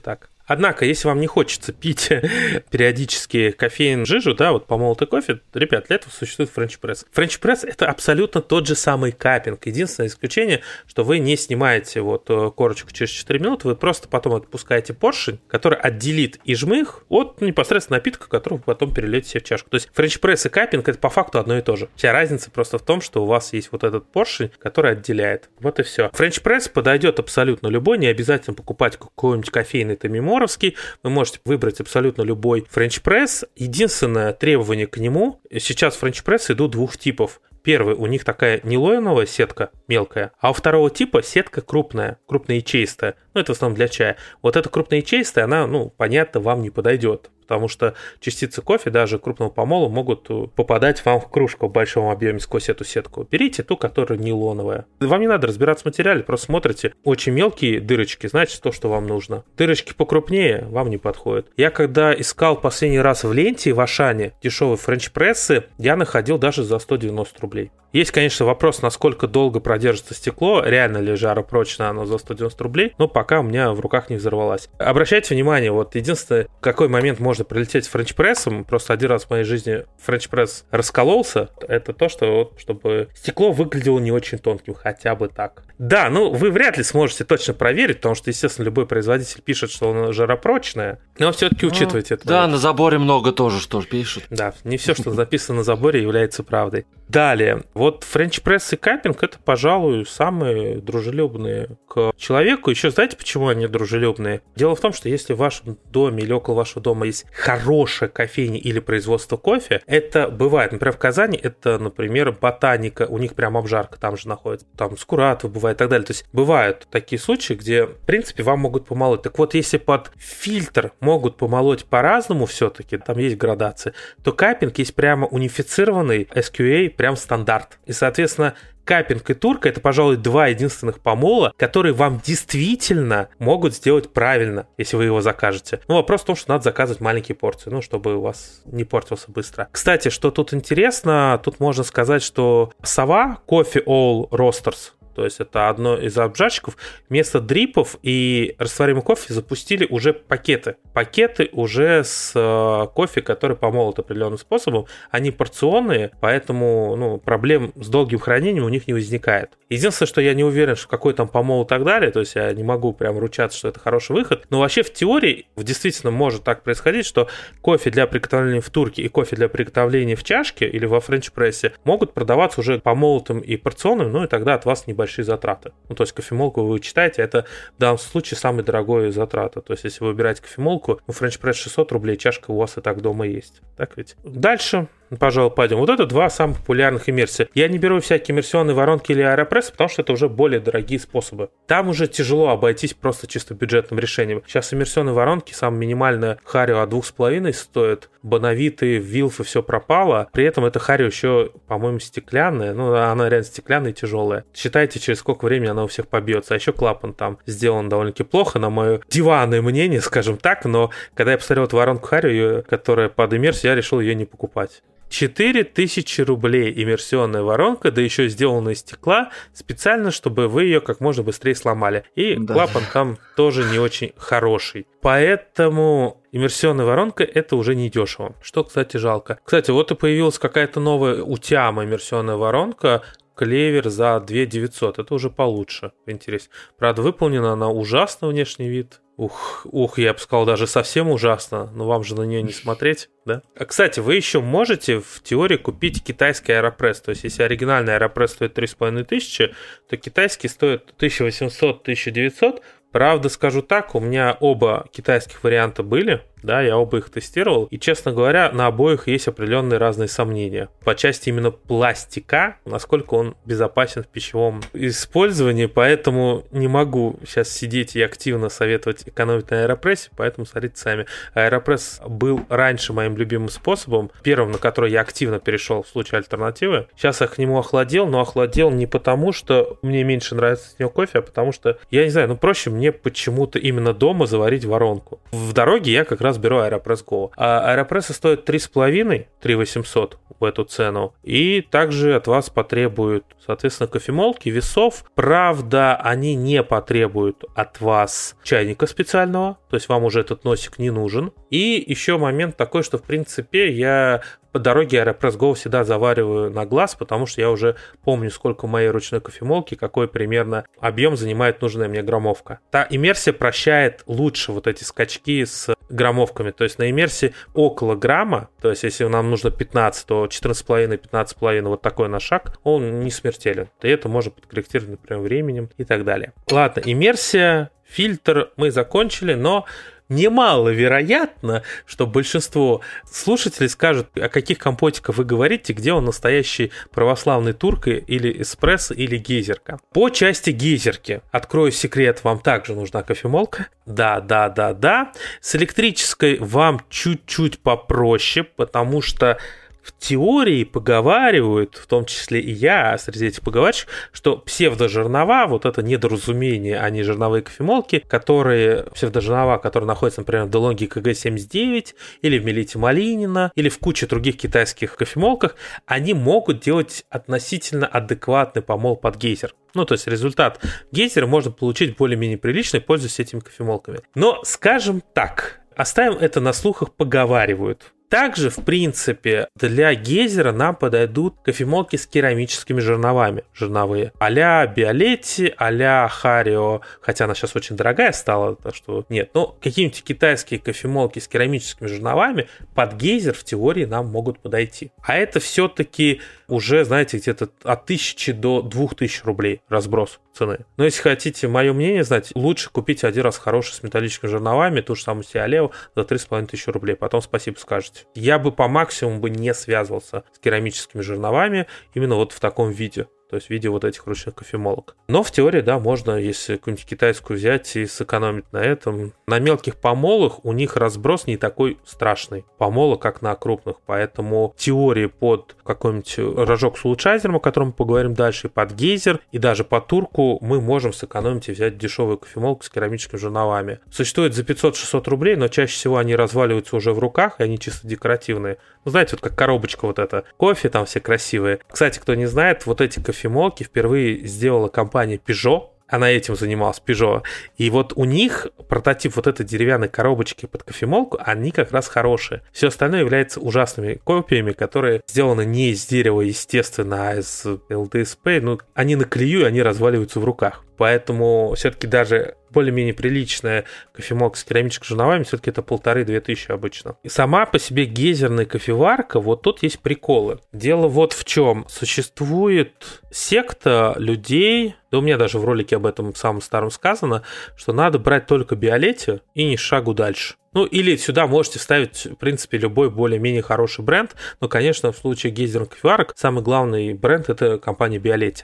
Однако, если вам не хочется пить периодически кофеин, жижу, да, вот помолотый кофе, ребят, для этого существует френч-пресс. Френч-пресс – это абсолютно тот же самый каппинг. Единственное исключение, что вы не снимаете вот корочку через 4 минуты, вы просто потом отпускаете поршень, который отделит и жмых от непосредственно напитка, который вы потом перельете себе в чашку. То есть френч-пресс и каппинг – это по факту одно и то же. Вся разница просто в том, что у вас есть вот этот поршень, который отделяет. Вот и все. Френч-пресс подойдет абсолютно любой, не обязательно покупать какой-нибудь кофейный тамиморовский. Вы можете выбрать абсолютно любой френч-пресс. Единственное требование к нему, сейчас френч-прессы идут двух типов. Первый, у них такая нейлоновая сетка мелкая, а у второго типа сетка крупноячеистая. Ну, это в основном для чая. Вот эта крупноячеистая, она, понятно, вам не подойдет. Потому что частицы кофе, даже крупного помола, могут попадать вам в кружку в большом объеме сквозь эту сетку. Берите ту, которая нейлоновая. Вам не надо разбираться в материале, просто смотрите. Очень мелкие дырочки, значит то, что вам нужно. Дырочки покрупнее вам не подходят. Я когда искал последний раз в ленте в Ашане дешевые френч-прессы, я находил даже за 190 рублей. Есть, конечно, вопрос, насколько долго продержится стекло, реально ли жаропрочно оно за 190 рублей, но пока у меня в руках не взорвалась. Обращайте внимание, вот единственное, в какой момент можно прилететь с френч-прессом, просто один раз в моей жизни френч-пресс раскололся, это то, что чтобы стекло выглядело не очень тонким, хотя бы так. Да, вы вряд ли сможете точно проверить, потому что, естественно, любой производитель пишет, что оно жаропрочное, но все-таки учитывайте это. Да, на заборе много тоже, что пишут. Да, не все, что написано на заборе, является правдой. Далее, вот френч-пресс и каппинг – это, пожалуй, самые дружелюбные к человеку. Еще знаете, почему они дружелюбные? Дело в том, что если в вашем доме или около вашего дома есть хорошая кофейня или производство кофе, это бывает. Например, в Казани это, например, Ботаника, у них прям обжарка там же находится, там Скуратов бывает и так далее. То есть бывают такие случаи, где, в принципе, вам могут помолоть. Так вот, если под фильтр могут помолоть по-разному все-таки, там есть градации, то каппинг есть прямо унифицированный SQA, прям стандарт. И, соответственно, каппинг и турка – это, пожалуй, два единственных помола, которые вам действительно могут сделать правильно, если вы его закажете. Вопрос в том, что надо заказывать маленькие порции, чтобы у вас не портился быстро. Кстати, что тут интересно, тут можно сказать, что Сова Coffee All Roasters, то есть это одно из обжарщиков, вместо дрипов и растворимого кофе запустили уже пакеты. Пакеты уже с кофе, который помолот определенным способом. Они порционные, поэтому проблем с долгим хранением у них не возникает. Единственное, что я не уверен, что какой там помол и так далее, то есть я не могу прям ручаться, что это хороший выход, но вообще в теории действительно может так происходить, что кофе для приготовления в турке и кофе для приготовления в чашке или во френч-прессе могут продаваться уже помолотым и порционным, и тогда от вас небольшие затраты. То есть кофемолку вы вычитаете, это в данном случае самая дорогая затрата. То есть если вы выбираете кофемолку, френч-пресс 600 рублей, чашка у вас и так дома есть. Так ведь? Дальше, пожалуй, пойдем. Вот это два самых популярных иммерсия. Я не беру всякие иммерсионные воронки или аэропрессы, потому что это уже более дорогие способы. Там уже тяжело обойтись просто чисто бюджетным решением. Сейчас иммерсионные воронки, самая минимальная Харио от 2,5 стоит, Бонавиты, Вилфы, все пропало. При этом эта Харио еще, по-моему, стеклянная. Она реально стеклянная и тяжелая. Считайте, через сколько времени она у всех побьется. А еще клапан там сделан довольно-таки плохо, на мое диванное мнение, скажем так. Но когда я посмотрел эту воронку Харио, которая под иммерсию, я решил ее не покупать. 4000 рублей иммерсионная воронка, да еще сделанная из стекла, специально, чтобы вы ее как можно быстрее сломали. И клапан там тоже не очень хороший. Поэтому иммерсионная воронка – это уже не дешево. Что, кстати, жалко. Кстати, вот и появилась какая-то новая утяма иммерсионная воронка, Клевер за 2900. Это уже получше, интересно. Правда, выполнена она ужасно, внешний вид. Я бы сказал, даже совсем ужасно, но вам же на нее не смотреть, да? Кстати, вы еще можете в теории купить китайский аэропресс. То есть, если оригинальный аэропресс стоит 3500, то китайский стоит 1800-1900. Правда, скажу так, у меня оба китайских варианта были, да, я оба их тестировал, и, честно говоря, на обоих есть определенные разные сомнения. По части именно пластика, насколько он безопасен в пищевом использовании, поэтому не могу сейчас сидеть и активно советовать экономить на аэропрессе, поэтому смотрите сами. Аэропресс был раньше моим любимым способом, первым, на который я активно перешел в случае альтернативы. Сейчас я к нему охладел, но охладел не потому, что мне меньше нравится с него кофе, а потому что, я не знаю, проще мне почему-то именно дома заварить воронку. В дороге я как раз беру AeroPress Go. А AeroPress стоит 3,5, 3,800 в эту цену. И также от вас потребуют, соответственно, кофемолки, весов. Правда, они не потребуют от вас чайника специального, то есть вам уже этот носик не нужен. И еще момент такой, что, в принципе, я по дороге AeroPress Go всегда завариваю на глаз, потому что я уже помню, сколько в моей ручной кофемолки, какой примерно объем занимает нужная мне граммовка. Та иммерсия прощает лучше вот эти скачки с граммовками. То есть на иммерсии около грамма, то есть если нам нужно 15, то 14,5-15,5, вот такой на шаг, он не смертелен. И это можно подкорректировать, например, временем и так далее. Ладно, иммерсия, фильтр мы закончили, но немаловероятно, что большинство слушателей скажут, о каких компотиках вы говорите, где он настоящий православный турк или эспрессо, или гейзерка. По части гейзерки, открою секрет, вам также нужна кофемолка. Да. С электрической вам чуть-чуть попроще, потому что в теории поговаривают, в том числе и я среди этих поговорщиков, что псевдожернова, вот это недоразумение, а не жерновые кофемолки, псевдожернова, которые находятся, например, в DeLonghi KG79 или в Мелите Малинина или в куче других китайских кофемолках, они могут делать относительно адекватный помол под гейзер. Ну, то есть результат гейзера можно получить более-менее приличный, пользуясь этими кофемолками. Но, скажем так, оставим это на слухах, поговаривают. Также, в принципе, для гейзера нам подойдут кофемолки с керамическими жерновами, жерновые. А-ля Биолетти, а-ля Харио, хотя она сейчас очень дорогая стала, так что нет. Но какие-нибудь китайские кофемолки с керамическими жерновами под гейзер в теории нам могут подойти. А это все-таки уже, знаете, где-то от 1000 до 2000 рублей разброс цены. Но если хотите мое мнение знать, лучше купить один раз хороший с металлическими жерновами, ту же самую Сиалео за 3500 рублей. Потом спасибо скажете. Я бы по максимуму не связывался с керамическими жерновами именно вот в таком виде. То есть в виде вот этих ручных кофемолок. Но в теории, да, можно, если какую-нибудь китайскую взять и сэкономить на этом. На мелких помолах у них разброс не такой страшный помола, как на крупных. Поэтому в теории под какой-нибудь рожок с улучшайзером, о котором мы поговорим дальше, и под гейзер, и даже по турку мы можем сэкономить и взять дешевую кофемолку с керамическими жерновами. Существует за 500-600 рублей, но чаще всего они разваливаются уже в руках, и они чисто декоративные. Ну, знаете, вот как коробочка вот эта. Кофе там все красивые. Кстати, кто не знает, вот эти кофемолки впервые сделала компания Peugeot. Она этим занималась, Peugeot. И вот у них прототип вот этой деревянной коробочки под кофемолку, они как раз хорошие. Все остальное является ужасными копиями, которые сделаны не из дерева, естественно, а из ЛДСП. Ну, они на клею, они разваливаются в руках. Поэтому все-таки даже более-менее приличная кофемолка с керамическими жерновами, все-таки это 1500-2000 обычно. И сама по себе гейзерная кофеварка, вот тут есть приколы. Дело вот в чем. Существует секта людей, да у меня даже в ролике об этом самом старом сказано, что надо брать только Биолетти и ни шагу дальше. Ну, или сюда можете вставить, в принципе, любой более-менее хороший бренд, но, конечно, в случае гейзерных кофеварок самый главный бренд – это компания Биолетти.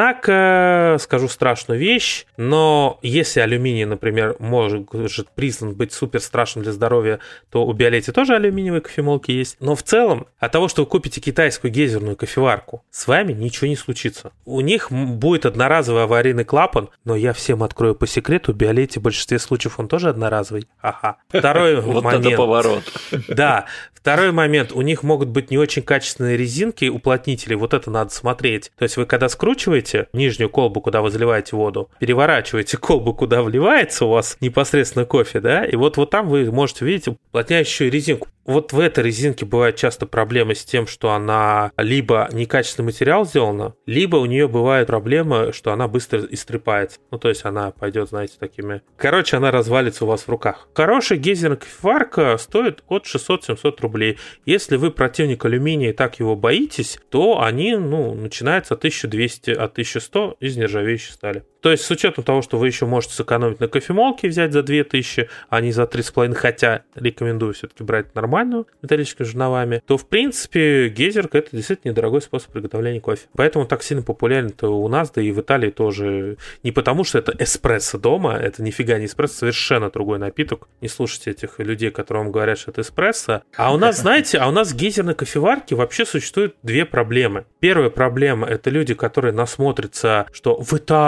Однако, скажу страшную вещь, но если алюминий, например, может признан быть супер страшным для здоровья, то у Биолетти тоже алюминиевые кофемолки есть. Но в целом, от того, что вы купите китайскую гейзерную кофеварку, с вами ничего не случится. У них будет одноразовый аварийный клапан, но я всем открою по секрету, Биолетти в большинстве случаев он тоже одноразовый. Ага. Второй вот момент. это поворот. Да. Второй момент. У них могут быть не очень качественные резинки, уплотнители. Вот это надо смотреть. То есть вы когда скручиваете нижнюю колбу, куда вы заливаете воду, переворачиваете колбу, куда вливается у вас непосредственно кофе, да, и вот там вы можете видеть уплотняющую резинку. Вот в этой резинке бывают часто проблемы с тем, что она либо некачественный материал сделана, либо у нее бывает проблема, что она быстро истрепается. Ну, то есть она пойдет, знаете, такими... Короче, она развалится у вас в руках. Хорошая гейзерная кофеварка стоит от 600-700 рублей. Если вы противник алюминия и так его боитесь, то они, начинаются от 1200, от 1100 из нержавеющей стали. То есть с учетом того, что вы еще можете сэкономить на кофемолке, взять за 2000, а не за 3,5, хотя рекомендую все-таки брать нормальную металлическими жерновами, то в принципе гейзерка это действительно недорогой способ приготовления кофе. Поэтому так сильно популярен-то у нас, да и в Италии тоже. Не потому, что это эспрессо дома, это нифига не эспрессо, совершенно другой напиток. Не слушайте этих людей, которые вам говорят, что это эспрессо. А у нас, знаете, в гейзерной кофеварке вообще существует две проблемы. Первая проблема — это люди, которые насмотрятся, что в Италии дома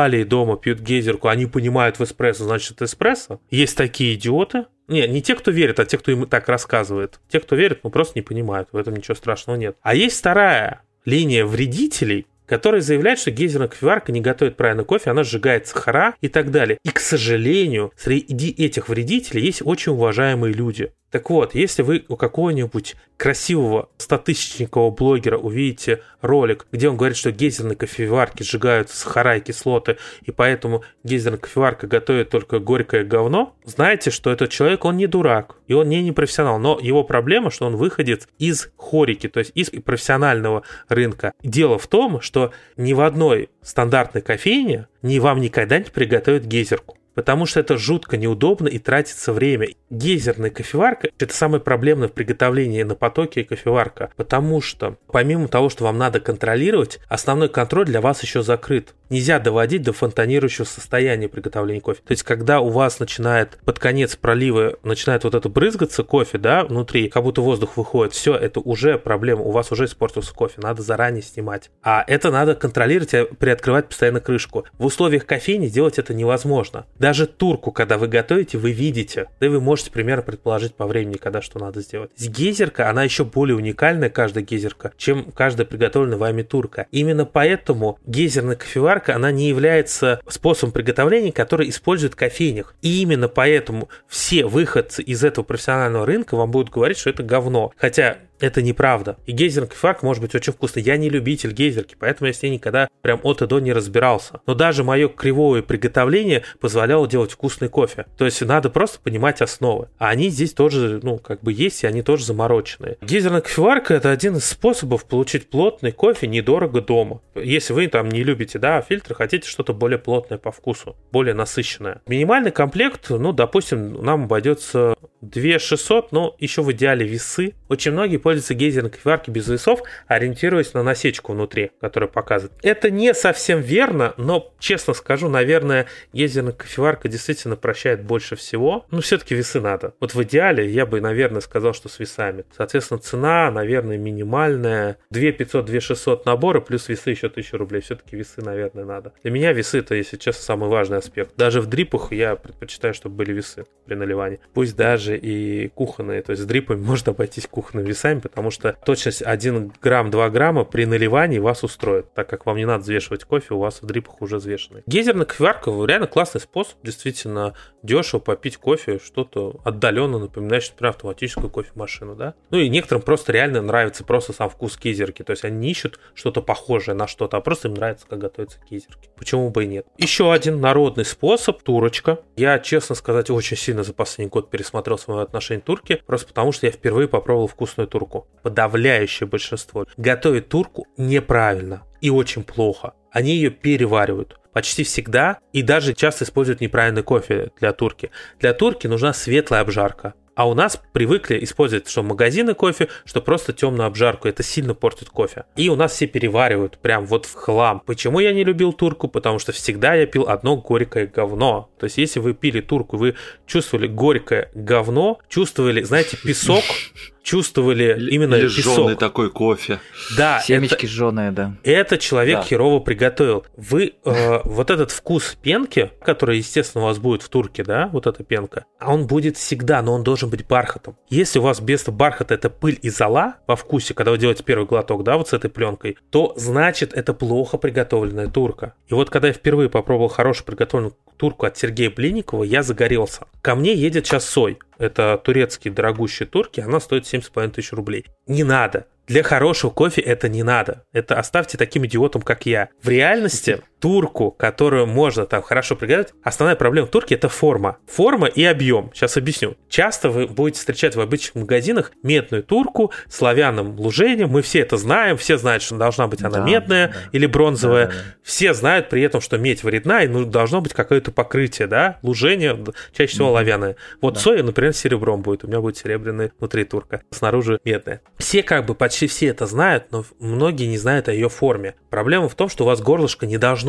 дома пьют гейзерку, они понимают в эспрессо, значит это эспрессо. Есть такие идиоты. Не те, кто верит, а те, кто им так рассказывает. Те, кто верит, просто не понимают, в этом ничего страшного нет. А есть вторая линия вредителей, которые заявляют, что гейзерная кофеварка не готовит правильно кофе, она сжигает сахара и так далее. И, к сожалению, среди этих вредителей есть очень уважаемые люди. Так вот, если вы у какого-нибудь красивого 100-тысячникового блогера увидите ролик, где он говорит, что гейзерные кофеварки сжигают сахара и кислоты, и поэтому гейзерная кофеварка готовит только горькое говно, знайте, что этот человек, он не дурак, и он не профессионал, но его проблема, что он выходит из хорики, то есть из профессионального рынка. Дело в том, что ни в одной стандартной кофейне вам никогда не приготовят гейзерку. Потому что это жутко неудобно и тратится время. Гейзерная кофеварка – это самое проблемное в приготовлении на потоке кофеварка. Потому что, помимо того, что вам надо контролировать, основной контроль для вас еще закрыт. Нельзя доводить до фонтанирующего состояния приготовления кофе. То есть, когда у вас начинает под конец пролива, начинает вот это брызгаться кофе, да, внутри, как будто воздух выходит, все, это уже проблема, у вас уже испортился кофе, надо заранее снимать. А это надо контролировать и приоткрывать постоянно крышку. В условиях кофейни делать это невозможно. Даже турку, когда вы готовите, вы видите, да и вы можете примерно предположить по времени, когда что надо сделать. Гейзерка, она еще более уникальная, каждая гейзерка, чем каждая приготовленная вами турка. Именно поэтому гейзерная кофеварка, она не является способом приготовления, который используют в кофейнях. И именно поэтому все выходцы из этого профессионального рынка вам будут говорить, что это говно. Хотя это неправда. И гейзерная кофеварка может быть очень вкусной. Я не любитель гейзерки, поэтому я с ней никогда прям от и до не разбирался. Но даже мое кривое приготовление позволяло делать вкусный кофе. То есть надо просто понимать основы. А они здесь тоже, есть, и они тоже замороченные. Гейзерная кофеварка – это один из способов получить плотный кофе недорого дома. Если вы там не любите, фильтры, хотите что-то более плотное по вкусу, более насыщенное. Минимальный комплект, допустим, нам обойдется 2600, но еще в идеале весы. Очень многие пользуются гейзерной кофеваркой без весов, ориентируясь на насечку внутри, которая показывает. Это не совсем верно, но, честно скажу, наверное, гейзерная кофеварка действительно прощает больше всего. Все-таки весы надо. Вот в идеале я бы, наверное, сказал, что с весами. Соответственно, цена, наверное, минимальная. 2500, 2600 наборы, плюс весы еще 1000 рублей. Все-таки весы, наверное, надо. Для меня весы — это, если честно, самый важный аспект. Даже в дрипах я предпочитаю, чтобы были весы при наливании. Пусть даже и кухонные. То есть с дрипами можно обойтись кухонными весами, потому что точность 1 грамм, 2 грамма при наливании вас устроит, так как вам не надо взвешивать кофе, у вас в дрипах уже взвешенный. Гейзерная кофеварка реально классный способ, действительно дешево попить кофе, что-то отдаленно напоминающее, например, автоматическую кофемашину, да? И некоторым просто реально нравится просто сам вкус гейзерки, то есть они не ищут что-то похожее на что-то, а просто им нравится, как готовятся гейзерки. Почему бы и нет? Еще один народный способ – турочка. Я, честно сказать, очень сильно за последний год пересмотрел свое отношение к турке, просто потому что я впервые попробовал вкусную турку. Подавляющее большинство готовит турку неправильно и очень плохо. Они ее переваривают почти всегда и даже часто используют неправильный кофе для турки. Для турки нужна светлая обжарка. А у нас привыкли использовать что магазины кофе, что просто темную обжарку. Это сильно портит кофе. И у нас все переваривают прям вот в хлам. Почему я не любил турку? Потому что всегда я пил одно горькое говно. То есть если вы пили турку, вы чувствовали горькое говно, чувствовали, знаете, песок, чувствовали именно или песок. жжёный такой кофе. Да, семечки жжёные, да. Это человек херово приготовил. Вы вот этот вкус пенки, который, естественно, у вас будет в турке, да, вот эта пенка, он будет всегда, но он должен быть бархатом. Если у вас вместо бархата это пыль и зола во вкусе, когда вы делаете первый глоток, да, вот с этой пленкой, то значит это плохо приготовленная турка. И вот когда я впервые попробовал хорошо приготовленную турку от Сергея Блинникова, я загорелся. Ко мне едет сейчас Сой. Это турецкие дорогущие турки, она стоит 7,5 тысяч рублей. Не надо. Для хорошего кофе это не надо. Это оставьте таким идиотом, как я. В реальности турку, которую можно там хорошо приготовить, основная проблема в турке – это форма. Форма и объем. Сейчас объясню. Часто вы будете встречать в обычных магазинах медную турку с оловянным лужением. Мы все это знаем. Все знают, что должна быть она медная или бронзовая. Да. Все знают при этом, что медь вредна, и должно быть какое-то покрытие, да? Лужение, чаще всего оловянное. Вот соя, например, серебром будет. У меня будет серебряная внутри турка. Снаружи медная. Все почти все это знают, но многие не знают о ее форме. Проблема в том, что у вас горлышко не должно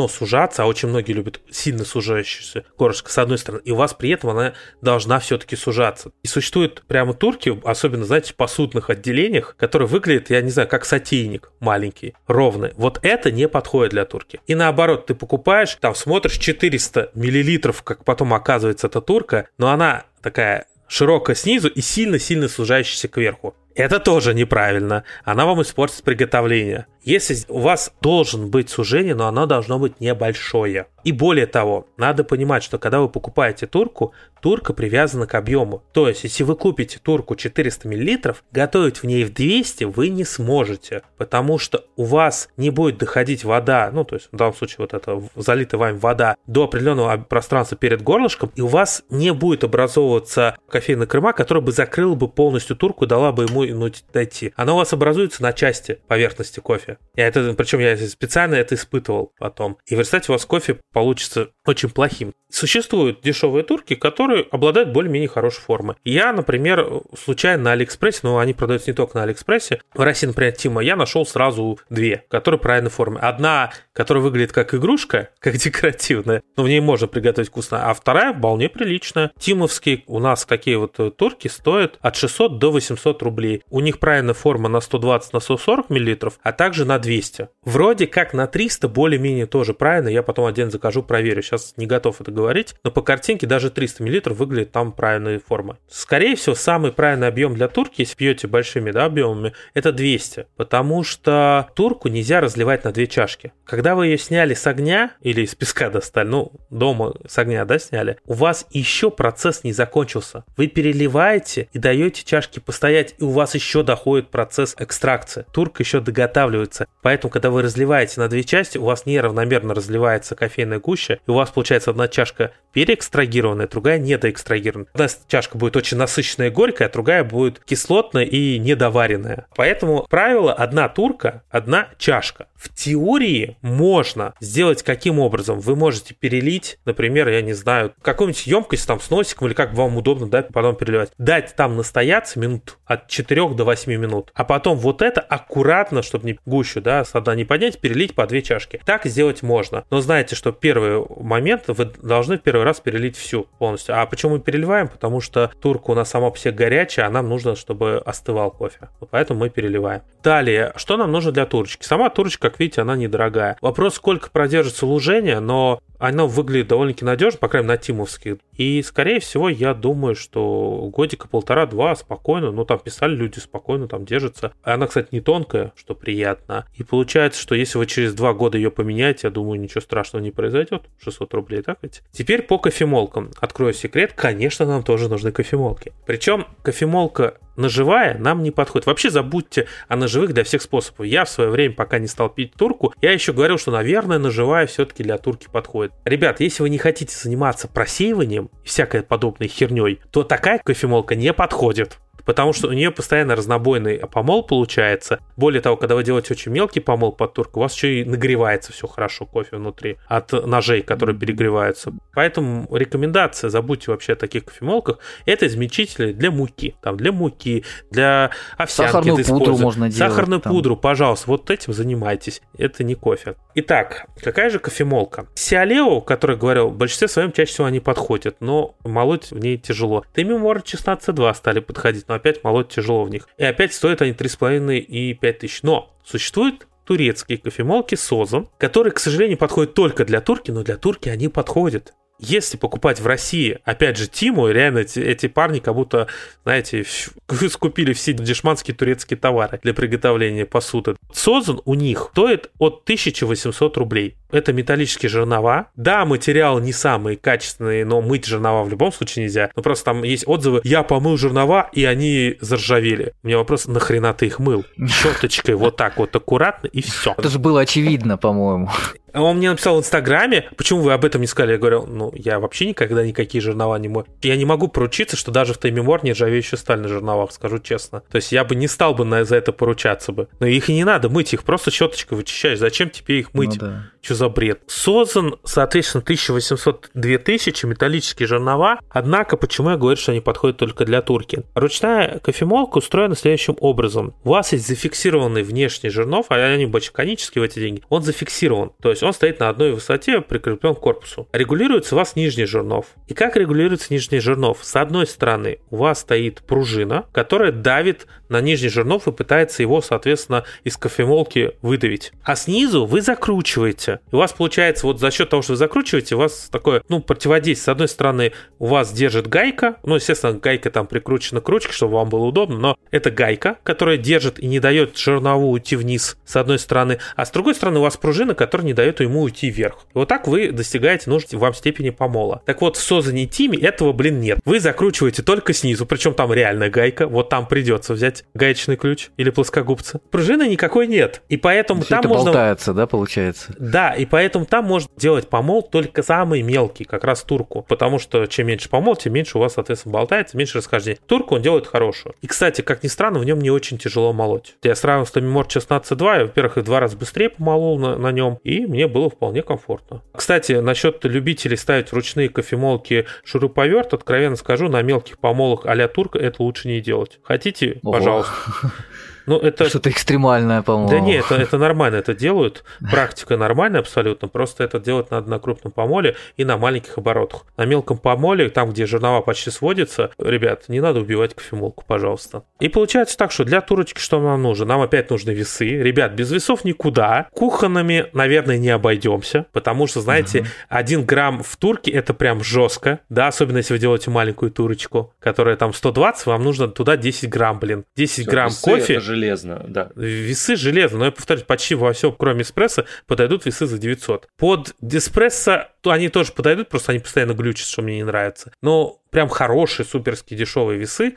должно сужаться, а очень многие любят сильно сужающуюся горлышко с одной стороны, и у вас при этом она должна все-таки сужаться. И существуют прямо турки, особенно, знаете, в посудных отделениях, которые выглядят, я не знаю, как сотейник маленький, ровный. Вот это не подходит для турки. И наоборот, ты покупаешь, там смотришь 400 миллилитров, как потом оказывается, это турка, но она такая широкая снизу и сильно-сильно сужающаяся кверху. Это тоже неправильно. Она вам испортит приготовление. Если у вас должен быть сужение, но оно должно быть небольшое. И более того, надо понимать, что когда вы покупаете турку, турка привязана к объему. То есть, если вы купите турку 400 мл, готовить в ней в 200 вы не сможете, потому что у вас не будет доходить вода, ну, то есть, в данном случае, вот эта залитая вами вода до определенного пространства перед горлышком, и у вас не будет образовываться кофейная крема, которая бы закрыла бы полностью турку и дала бы ему дойти. Она у вас образуется на части поверхности кофе. Причем я специально это испытывал потом. И в результате у вас кофе получится очень плохим. Существуют дешевые турки, которые обладают более-менее хорошей формой. Я, например, случайно на Алиэкспрессе, но они продаются не только на Алиэкспрессе, в России, например, Тима, я нашел сразу две, которые правильной формы. Одна, которая выглядит как игрушка, как декоративная, но в ней можно приготовить вкусно, а вторая вполне приличная. Тимовские у нас такие вот турки стоят от 600 до 800 рублей. У них правильная форма на 120, на 140 мл, а также на 200. Вроде как на 300 более-менее тоже правильно, я потом один закажу, проверю. Сейчас не готов это говорить, но по картинке даже 300 мл выглядит там правильная форма. Скорее всего, самый правильный объем для турки, если пьете большими объемами, это 200, потому что турку нельзя разливать на 2 чашки. Когда вы ее сняли с огня или из песка достали, дома с огня, сняли, у вас еще процесс не закончился. Вы переливаете и даете чашке постоять, и у вас еще доходит процесс экстракции. Турка еще доготавливается. Поэтому, когда вы разливаете на 2 части, у вас неравномерно разливается кофейная гуща, и у вас получается одна чашка переэкстрагированная, другая недоэкстрагированная. Одна чашка будет очень насыщенная и горькая, а другая будет кислотная и недоваренная. Поэтому правило: одна турка, одна чашка. В теории можно сделать каким образом? Вы можете перелить, например, я не знаю, какую-нибудь емкость там с носиком, или как вам удобно, потом переливать. Дать там настояться минут от 4 до 8 минут. А потом вот это аккуратно, чтобы не гущу, с дна не поднять, перелить по 2 чашки. Так сделать можно. Но знаете, что первый момент вы должны в первый раз перелить всю полностью. А почему мы переливаем? Потому что турка у нас сама по себе горячая, а нам нужно, чтобы остывал кофе. Поэтому мы переливаем. Далее, что нам нужно для турочки? Сама турочка, как видите, она недорогая. Вопрос, сколько продержится лужение, но оно выглядит довольно-таки надежно, по крайней мере, на тимовских. И, скорее всего, я думаю, что годика 1,5-2 спокойно, там писали люди, спокойно там держится. Она, кстати, не тонкая, что приятно. И получается, что если вы через 2 года ее поменяете, я думаю, ничего страшного не произойдет. 600 рублей, так ведь? Теперь по кофемолкам. Открою секрет, конечно, нам тоже нужны кофемолки. Причем кофемолка ножевая нам не подходит. Вообще забудьте о ножевых для всех способов. Я в свое время, пока не стал пить турку, я еще говорил, что, наверное, ножевая все-таки для турки подходит. Ребят, если вы не хотите заниматься просеиванием и всякой подобной херней, то такая кофемолка не подходит. Потому что у нее постоянно разнобойный помол получается. Более того, когда вы делаете очень мелкий помол под турку, у вас еще и нагревается все хорошо кофе внутри от ножей, которые перегреваются. Поэтому рекомендация: забудьте вообще о таких кофемолках. Это измельчители для муки. Для овсянки. Сахарную пудру можно делать. Сахарную пудру, пожалуйста, вот этим занимайтесь. Это не кофе. Итак, какая же кофемолка? Сиалео, который говорил, в большинстве своем чаще всего они подходят, но молоть в ней тяжело. Теми-Мора 16C2 стали подходить, но опять молоть тяжело в них. И опять стоят они 3,5 и 5 тысяч. Но существуют турецкие кофемолки Sozan, которые, к сожалению, подходят только для турки, но для турки они подходят. Если покупать в России, опять же, Тиму, реально эти парни как будто, знаете, скупили все дешманские турецкие товары для приготовления посуды. Sozan у них стоит от 1800 рублей. Это металлические жернова. Да, материалы не самые качественные, но мыть жернова в любом случае нельзя. Но просто там есть отзывы: я помыл жернова, и они заржавели. У меня вопрос: нахрена ты их мыл? Щеточкой вот так вот аккуратно, и все. Это же было очевидно, по-моему. Он мне написал в Инстаграме: почему вы об этом не сказали? Я говорю: я вообще никогда никакие жернова не мою. Я не могу поручиться, что даже в Теми-Мор не ржавеющая сталь на жерновах, скажу честно. То есть я бы не стал бы за это поручаться бы. Но их и не надо мыть, их просто щеточкой вычищаешь. Зачем тебе их мыть? Что за бред? Созан, соответственно, 1800-2000, металлические жернова. Однако, почему я говорю, что они подходят только для турки? Ручная кофемолка устроена следующим образом. У вас есть зафиксированный внешний жернов, а они больше конические в эти деньги. Он зафиксирован, то есть он стоит на одной высоте, прикреплен к корпусу. Регулируется у вас нижний жернов. И как регулируется нижний жернов? С одной стороны, у вас стоит пружина, которая давит на нижний жернов и пытается его, соответственно, из кофемолки выдавить. А снизу вы закручиваете. И у вас получается, вот за счет того, что вы закручиваете, у вас такое, противодействие. С одной стороны, у вас держит гайка, естественно, гайка там прикручена к ручке, чтобы вам было удобно, но это гайка, которая держит и не дает жернову уйти вниз, с одной стороны, а с другой стороны, у вас пружина, которая не дает ему уйти вверх. И вот так вы достигаете нужной вам степени помола. Так вот, в Созане Тиме этого, нет. Вы закручиваете только снизу, причем там реальная гайка, вот там придется взять гаечный ключ или плоскогубца. Пружины никакой нет, и поэтому все там это можно... болтается, да, получается? Да, и поэтому там можно делать помол только самый мелкий, как раз турку, потому что чем меньше помол, тем меньше у вас, соответственно, болтается, меньше расхождений. Турку он делает хорошую. И, кстати, как ни странно, в нем не очень тяжело молоть. Я сравнил с Memory 16.2, я, во-первых, в 2 раза быстрее помолол на нем, и мне было вполне комфортно. Кстати, насчет любителей ставить вручные кофемолки шуруповерт, откровенно скажу, на мелких помолах а-ля турка это лучше не делать. Хотите? Ого. Пожалуйста. Это... Что-то экстремальное, по-моему. Да нет, это нормально, это делают. Практика нормальная абсолютно. Просто это делать надо на крупном помоле и на маленьких оборотах. На мелком помоле, там, где жернова почти сводятся, ребят, не надо убивать кофемолку, пожалуйста. И получается так, что для турочки что нам нужно? Нам опять нужны весы. Ребят, без весов никуда. Кухонными, наверное, не обойдемся, потому что, знаете, 1 грамм в турке это прям жестко, да, особенно если вы делаете маленькую турочку, которая там 120, вам нужно туда 10 грамм, 10 грамм кофе. Железно, да. Весы железно, но я повторюсь, почти во всем, кроме эспрессо, подойдут весы за 900. Под эспрессо они тоже подойдут, просто они постоянно глючат, что мне не нравится. Но прям хорошие, суперские, дешевые весы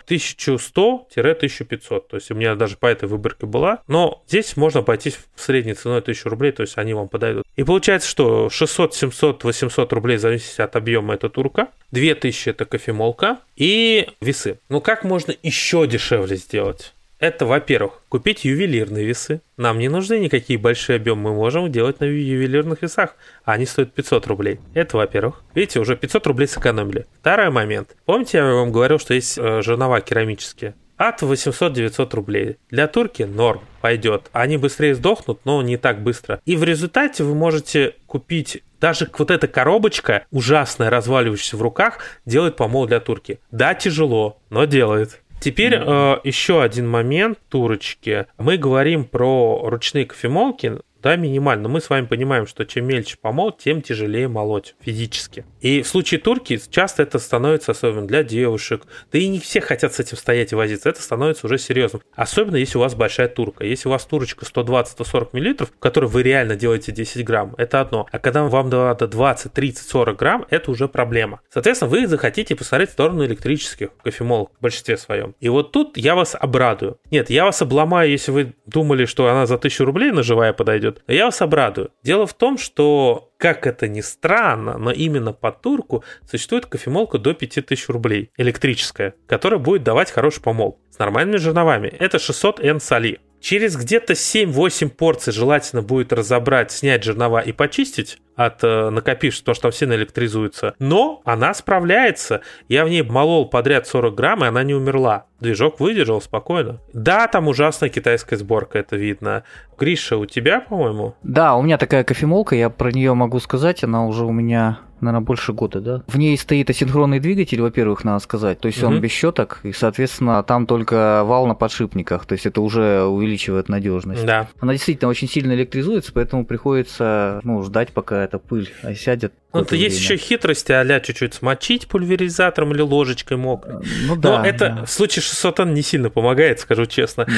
1100-1500. То есть у меня даже по этой выборке была. Но здесь можно обойтись в средней ценой 1000 рублей, то есть они вам подойдут. И получается, что 600, 700, 800 рублей в зависимости от объема это турка, 2000 это кофемолка и весы. Как можно еще дешевле сделать? Это, во-первых, купить ювелирные весы. Нам не нужны никакие большие объемы, мы можем делать на ювелирных весах, а они стоят 500 рублей. Это, во-первых. Видите, уже 500 рублей сэкономили. Второй момент. Помните, я вам говорил, что есть жернова керамические? От 800-900 рублей. Для турки норм, пойдет. Они быстрее сдохнут, но не так быстро. И в результате вы можете купить... Даже вот эта коробочка, ужасная, разваливающаяся в руках, делает помол для турки. Да, тяжело, но делает. Теперь еще один момент турочки. Мы говорим про ручные кофемолки, да, минимально. Мы с вами понимаем, что чем мельче помол, тем тяжелее молоть физически. И в случае турки часто это становится, особенно для девушек, да и не все хотят с этим стоять и возиться, это становится уже серьезным. Особенно если у вас большая турка. Если у вас турочка 120-140 мл, в которой вы реально делаете 10 грамм, это одно. А когда вам надо 20, 30, 40 грамм, это уже проблема. Соответственно, вы захотите посмотреть в сторону электрических кофемолок в большинстве своем. И вот тут я вас обрадую. Нет, я вас обломаю, если вы думали, что она за 1000 рублей ножевая подойдет. Но я вас обрадую. Дело в том, что, как это ни странно, но именно по турку существует кофемолка до 5000 рублей, электрическая, которая будет давать хороший помол с нормальными жерновами. Это 600 N соли. Через где-то 7-8 порций желательно будет разобрать, снять жернова и почистить от накопившись, потому что там все наэлектризуются. Но она справляется. Я в ней молол подряд 40 грамм, и она не умерла. Движок выдержал спокойно. Да, там ужасная китайская сборка, это видно. Гриша, у тебя, по-моему? Да, у меня такая кофемолка, я про нее могу сказать, она уже у меня, наверное, больше года, да. В ней стоит асинхронный двигатель, во-первых, надо сказать, то есть он без щеток, и, соответственно, там только вал на подшипниках, то есть это уже увеличивает надежность. Да. Она действительно очень сильно электризуется, поэтому приходится, ждать, пока эта пыль осядет. Есть еще хитрости, а-ля чуть-чуть смочить пульверизатором или ложечкой мокрой. Да. Но это в случае 600 N не сильно помогает, скажу честно.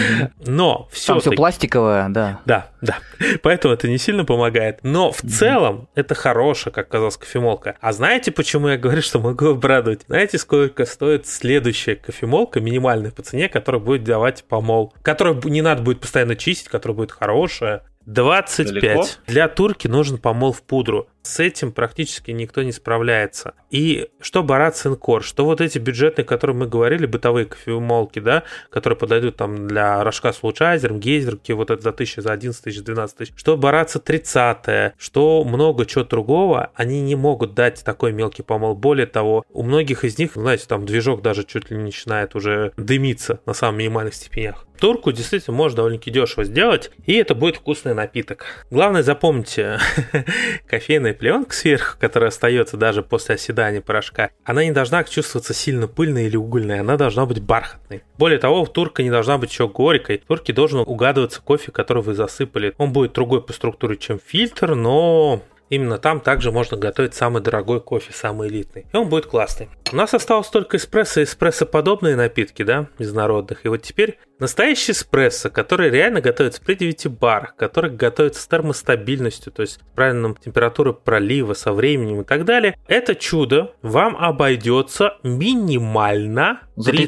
Но там все пластиковое, да. Да. Поэтому это не сильно помогает. Но в целом это хорошая, как казалось, кофемолка. А знаете, почему я говорю, что могу обрадовать? Знаете, сколько стоит следующая кофемолка, минимальная по цене, которая будет давать помол? Которую не надо будет постоянно чистить, которая будет хорошая. 25. Далеко? Для турки нужен помол в пудру. С этим практически никто не справляется. И что Bharat Core, что вот эти бюджетные, о которых мы говорили, бытовые кофемолки, да, которые подойдут там для рожка с лучайзером, гейзерки, вот это за 1000, за 11 тысяч, 12 тысяч, что Bharat 30, что много чего другого, они не могут дать такой мелкий помол. Более того, у многих из них, знаете, там движок даже чуть ли не начинает уже дымиться на самых минимальных степенях. Турку действительно можно довольно-таки дешево сделать, и это будет вкусный напиток. Главное, запомните, кофейная пленка сверху, которая остается даже после оседания порошка, она не должна чувствоваться сильно пыльной или угольной, она должна быть бархатной. Более того, турка не должна быть еще горькой. В турке должен угадываться кофе, который вы засыпали. Он будет другой по структуре, чем фильтр, но именно там также можно готовить самый дорогой кофе, самый элитный. И он будет классный. У нас осталось только эспрессо и эспрессо-подобные напитки, да, из народных. И вот теперь настоящий эспрессо, который реально готовится при 9 барах, который готовится с термостабильностью, то есть с правильной температурой пролива, со временем и так далее. Это чудо вам обойдется минимально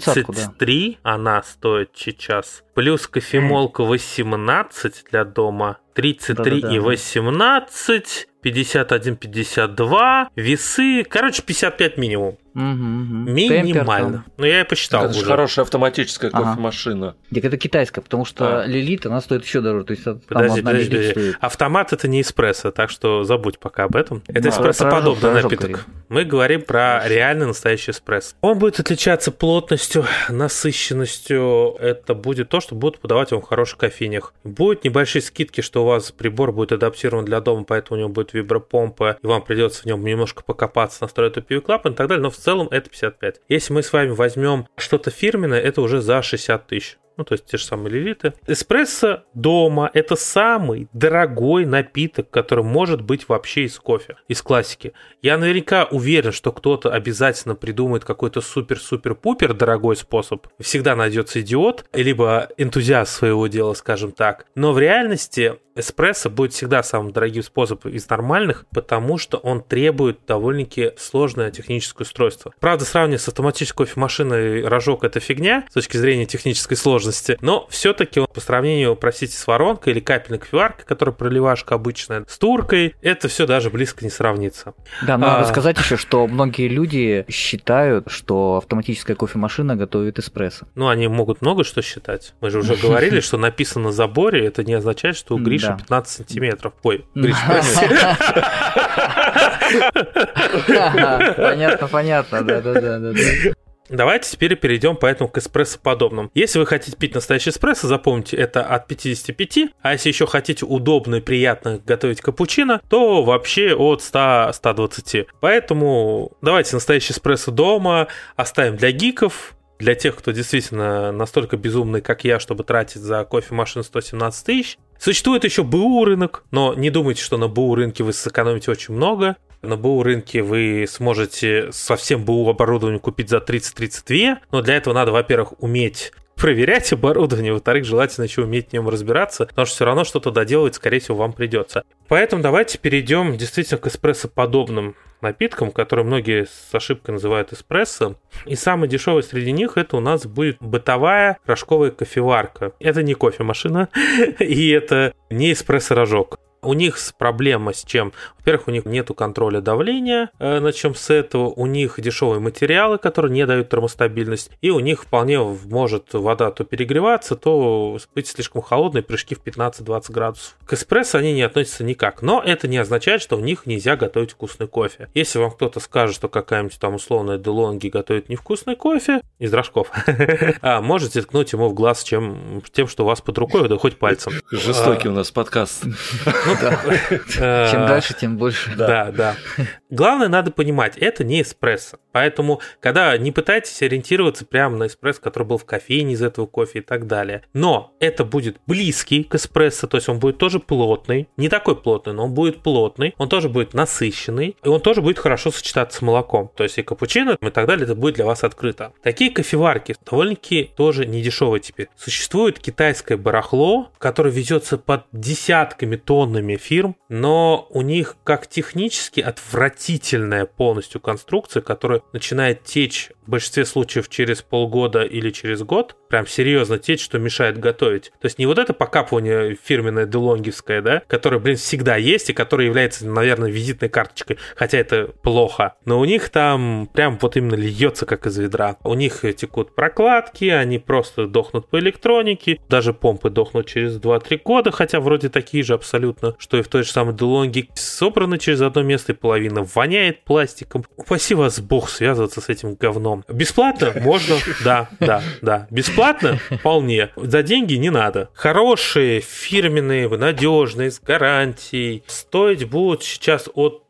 33, да. Она стоит сейчас. Плюс кофемолка 18 для дома, 33 и 18, 51, 52, весы, короче, 55 минимум. Минимально. Ну, я и посчитал. Это же хорошая автоматическая кофемашина. Так это китайская, потому что Лилит, она стоит еще дороже. То есть, подожди. Автомат это не эспрессо, так что забудь пока об этом. Это эспрессоподобный напиток. Мы говорим про реальный настоящий эспрессо. Он будет отличаться плотностью, насыщенностью. Это будет то, что будут подавать вам в хороших кофейнях. Будут небольшие скидки, что у вас прибор будет адаптирован для дома, поэтому у него будет вибропомпа, и вам придется в нем немножко покопаться, настроить PV клапан и так далее. Но в целом это 55. Если мы с вами возьмем что-то фирменное, это уже за 60 тысяч. Ну, то есть те же самые лилиты. Эспрессо дома – это самый дорогой напиток, который может быть вообще из кофе, из классики. Я наверняка уверен, что кто-то обязательно придумает какой-то супер-супер-пупер дорогой способ. Всегда найдется идиот, либо энтузиаст своего дела, скажем так. Но в реальности эспрессо будет всегда самым дорогим способом из нормальных, потому что он требует довольно-таки сложное техническое устройство. Правда, сравнивать с автоматической кофемашиной рожок – это фигня с точки зрения технической сложности, но все-таки по сравнению, простите, с воронкой или капельной кофеваркой, которая проливашка обычная, с туркой, это все даже близко не сравнится. Да, но надо сказать еще, что многие люди считают, что автоматическая кофемашина готовит эспрессо. Ну, они могут много что считать. Мы же уже говорили, что написано на заборе, это не означает, что у Гриши 15 сантиметров. Ой, Гриш, прости. Понятно, да. Давайте теперь перейдем поэтому к эспрессо-подобным. Если вы хотите пить настоящий эспрессо, запомните, это от 55, а если еще хотите удобно и приятно готовить капучино, то вообще от 100-120. Поэтому давайте настоящий эспрессо дома оставим для гиков, для тех, кто действительно настолько безумный, как я, чтобы тратить за кофемашину 117 тысяч. Существует еще БУ рынок, но не думайте, что на БУ рынке вы сэкономите очень много. На БУ рынке вы сможете совсем БУ оборудование купить за 30-32, но для этого надо, во-первых, уметь проверять оборудование, во-вторых, желательно еще уметь в нем разбираться, потому что все равно что-то доделывать, скорее всего, вам придется. Поэтому давайте перейдем действительно к эспрессо-подобным напиткам, которые многие с ошибкой называют эспрессо. И самый дешевый среди них это у нас будет бытовая рожковая кофеварка. Это не кофемашина, и это не эспрессо-рожок. У них проблема с чем? Во-первых, у них нету контроля давления, начнем с этого. У них дешевые материалы, которые не дают термостабильность. И у них вполне может вода то перегреваться, то быть слишком холодной, прыжки в 15-20 градусов. К эспрессо они не относятся никак. Но это не означает, что в них нельзя готовить вкусный кофе. Если вам кто-то скажет, что какая-нибудь там условная DeLonghi готовит невкусный кофе из рожков, можете ткнуть ему в глаз тем, что у вас под рукой, да хоть пальцем. Жестокий у нас подкаст. Чем дальше, тем больше. Да. Главное, надо понимать, это не эспрессо. Поэтому, когда не пытайтесь ориентироваться прямо на эспрессо, который был в кофейне из этого кофе и так далее. Но это будет близкий к эспрессо, то есть он будет тоже плотный. Не такой плотный, но он будет плотный. Он тоже будет насыщенный. И он тоже будет хорошо сочетаться с молоком. То есть и капучино, и так далее, это будет для вас открыто. Такие кофеварки довольно-таки тоже не дешевые теперь. Существует китайское барахло, которое везется под десятками тоннами фирм, но у них как технически отвратительная полностью конструкция, которая начинает течь в большинстве случаев через полгода или через год. прям серьезно течь, что мешает готовить. То есть не вот это покапывание фирменное делонгевское, да, которое, всегда есть и которое является, наверное, визитной карточкой, хотя это плохо. Но у них там прям вот именно льется как из ведра. У них текут прокладки, они просто дохнут по электронике, даже помпы дохнут через 2-3 года, хотя вроде такие же абсолютно, что и в той же самой DeLonghi, собраны через одно место, и половина воняет пластиком. Упаси вас Бог связываться с этим говном. Бесплатно? Можно? Да. Бесплатно? Вполне. За деньги не надо. Хорошие, фирменные, надежные, с гарантией. Стоить будут сейчас от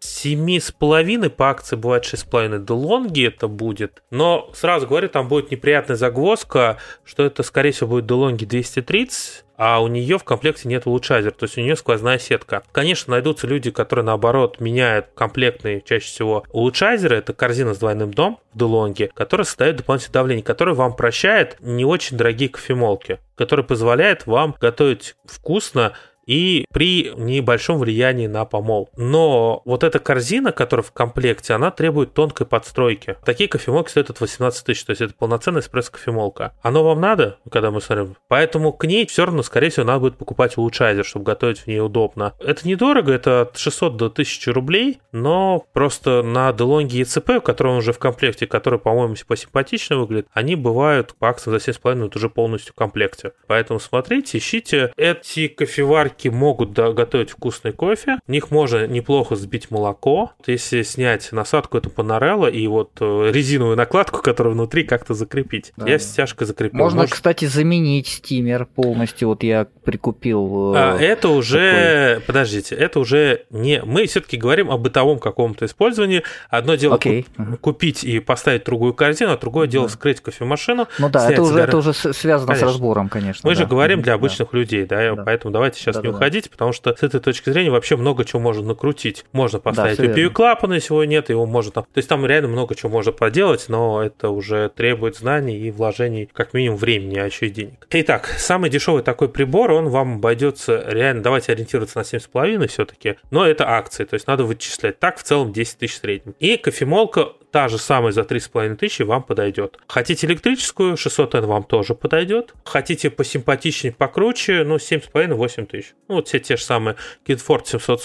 7,5 по акции, бывает 6,5. DeLonghi это будет. Но сразу говорю, там будет неприятная загвоздка, что это, скорее всего, будет DeLonghi 230, а у нее в комплекте нет улучшайзера, то есть у нее сквозная сетка. Конечно, найдутся люди, которые, наоборот, меняют комплектные, чаще всего, улучшайзеры. Это корзина с двойным дном в DeLonghi, которая создает дополнительное давление, которое вам прощает не очень дорогие кофемолки, который позволяет вам готовить вкусно и при небольшом влиянии на помол. Но вот эта корзина, которая в комплекте, она требует тонкой подстройки. Такие кофемолки стоят от 18 тысяч, то есть это полноценная эспрессо-кофемолка. Оно вам надо, когда мы смотрим? Поэтому к ней все равно, скорее всего, надо будет покупать улучшайзер, чтобы готовить в ней удобно. Это недорого, это от 600 до 1000 рублей, но просто на DeLonghi ECP, который уже в комплекте, который, по-моему, посимпатичнее выглядит, они бывают по акциям за 7,5 вот уже полностью в комплекте. Поэтому смотрите, ищите. Эти кофеварки могут готовить вкусный кофе. В них можно неплохо взбить молоко. Если снять насадку, это Panarello, и вот резиновую накладку, которая внутри, как-то закрепить. Да. Я стяжкой закрепил. Можно, кстати, заменить стимер полностью. Вот я прикупил... это уже... Такой... Подождите, это уже не... Мы все-таки говорим о бытовом каком-то использовании. Одно дело купить и поставить другую корзину, а другое дело вскрыть кофемашину. Ну да, это уже связано с разбором, конечно. Мы же говорим для обычных людей, да, поэтому давайте сейчас не уходить, потому что с этой точки зрения вообще много чего можно накрутить. Можно поставить EPU-клапан, если его нет, его можно там... То есть там реально много чего можно поделать, но это уже требует знаний и вложений, как минимум времени, а еще и денег. Итак, самый дешевый такой прибор, он вам обойдется реально, давайте ориентироваться на 7,5 все-таки, но это акции, то есть надо вычислять. Так в целом 10 тысяч в среднем. И кофемолка та же самая за 3,5 тысячи вам подойдет. Хотите электрическую, 600N вам тоже подойдет. Хотите посимпатичнее, покруче, 7,5-8 тысяч. Вот все те же самые Kidford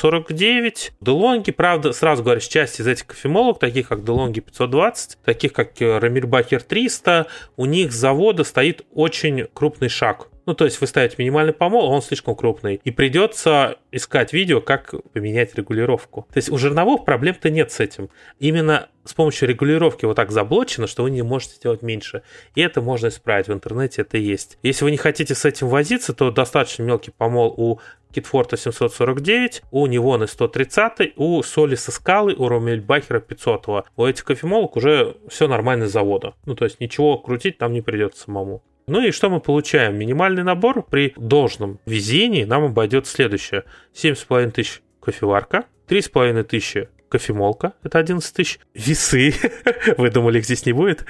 749, DeLonghi, правда, сразу говорю, часть из этих кофемолок, таких как DeLonghi 520, таких как Rammelbacher 300, у них с завода стоит очень крупный шаг. То есть вы ставите минимальный помол, а он слишком крупный. И придется искать видео, как поменять регулировку. То есть у жерновых проблем-то нет с этим. Именно с помощью регулировки вот так заблочено, что вы не можете сделать меньше. И это можно исправить. В интернете это есть. Если вы не хотите с этим возиться, то достаточно мелкий помол у Kidford 749, у Nivon 130, у Соли со скалы, у Rammelbacher 500. У этих кофемолок уже все нормально с завода. То есть ничего крутить там не придется самому. И что мы получаем? Минимальный набор при должном везении нам обойдет следующее. 7,5 тысяч кофеварка, 3,5 тысячи кофемолка, это 11 тысяч, весы, вы думали, их здесь не будет,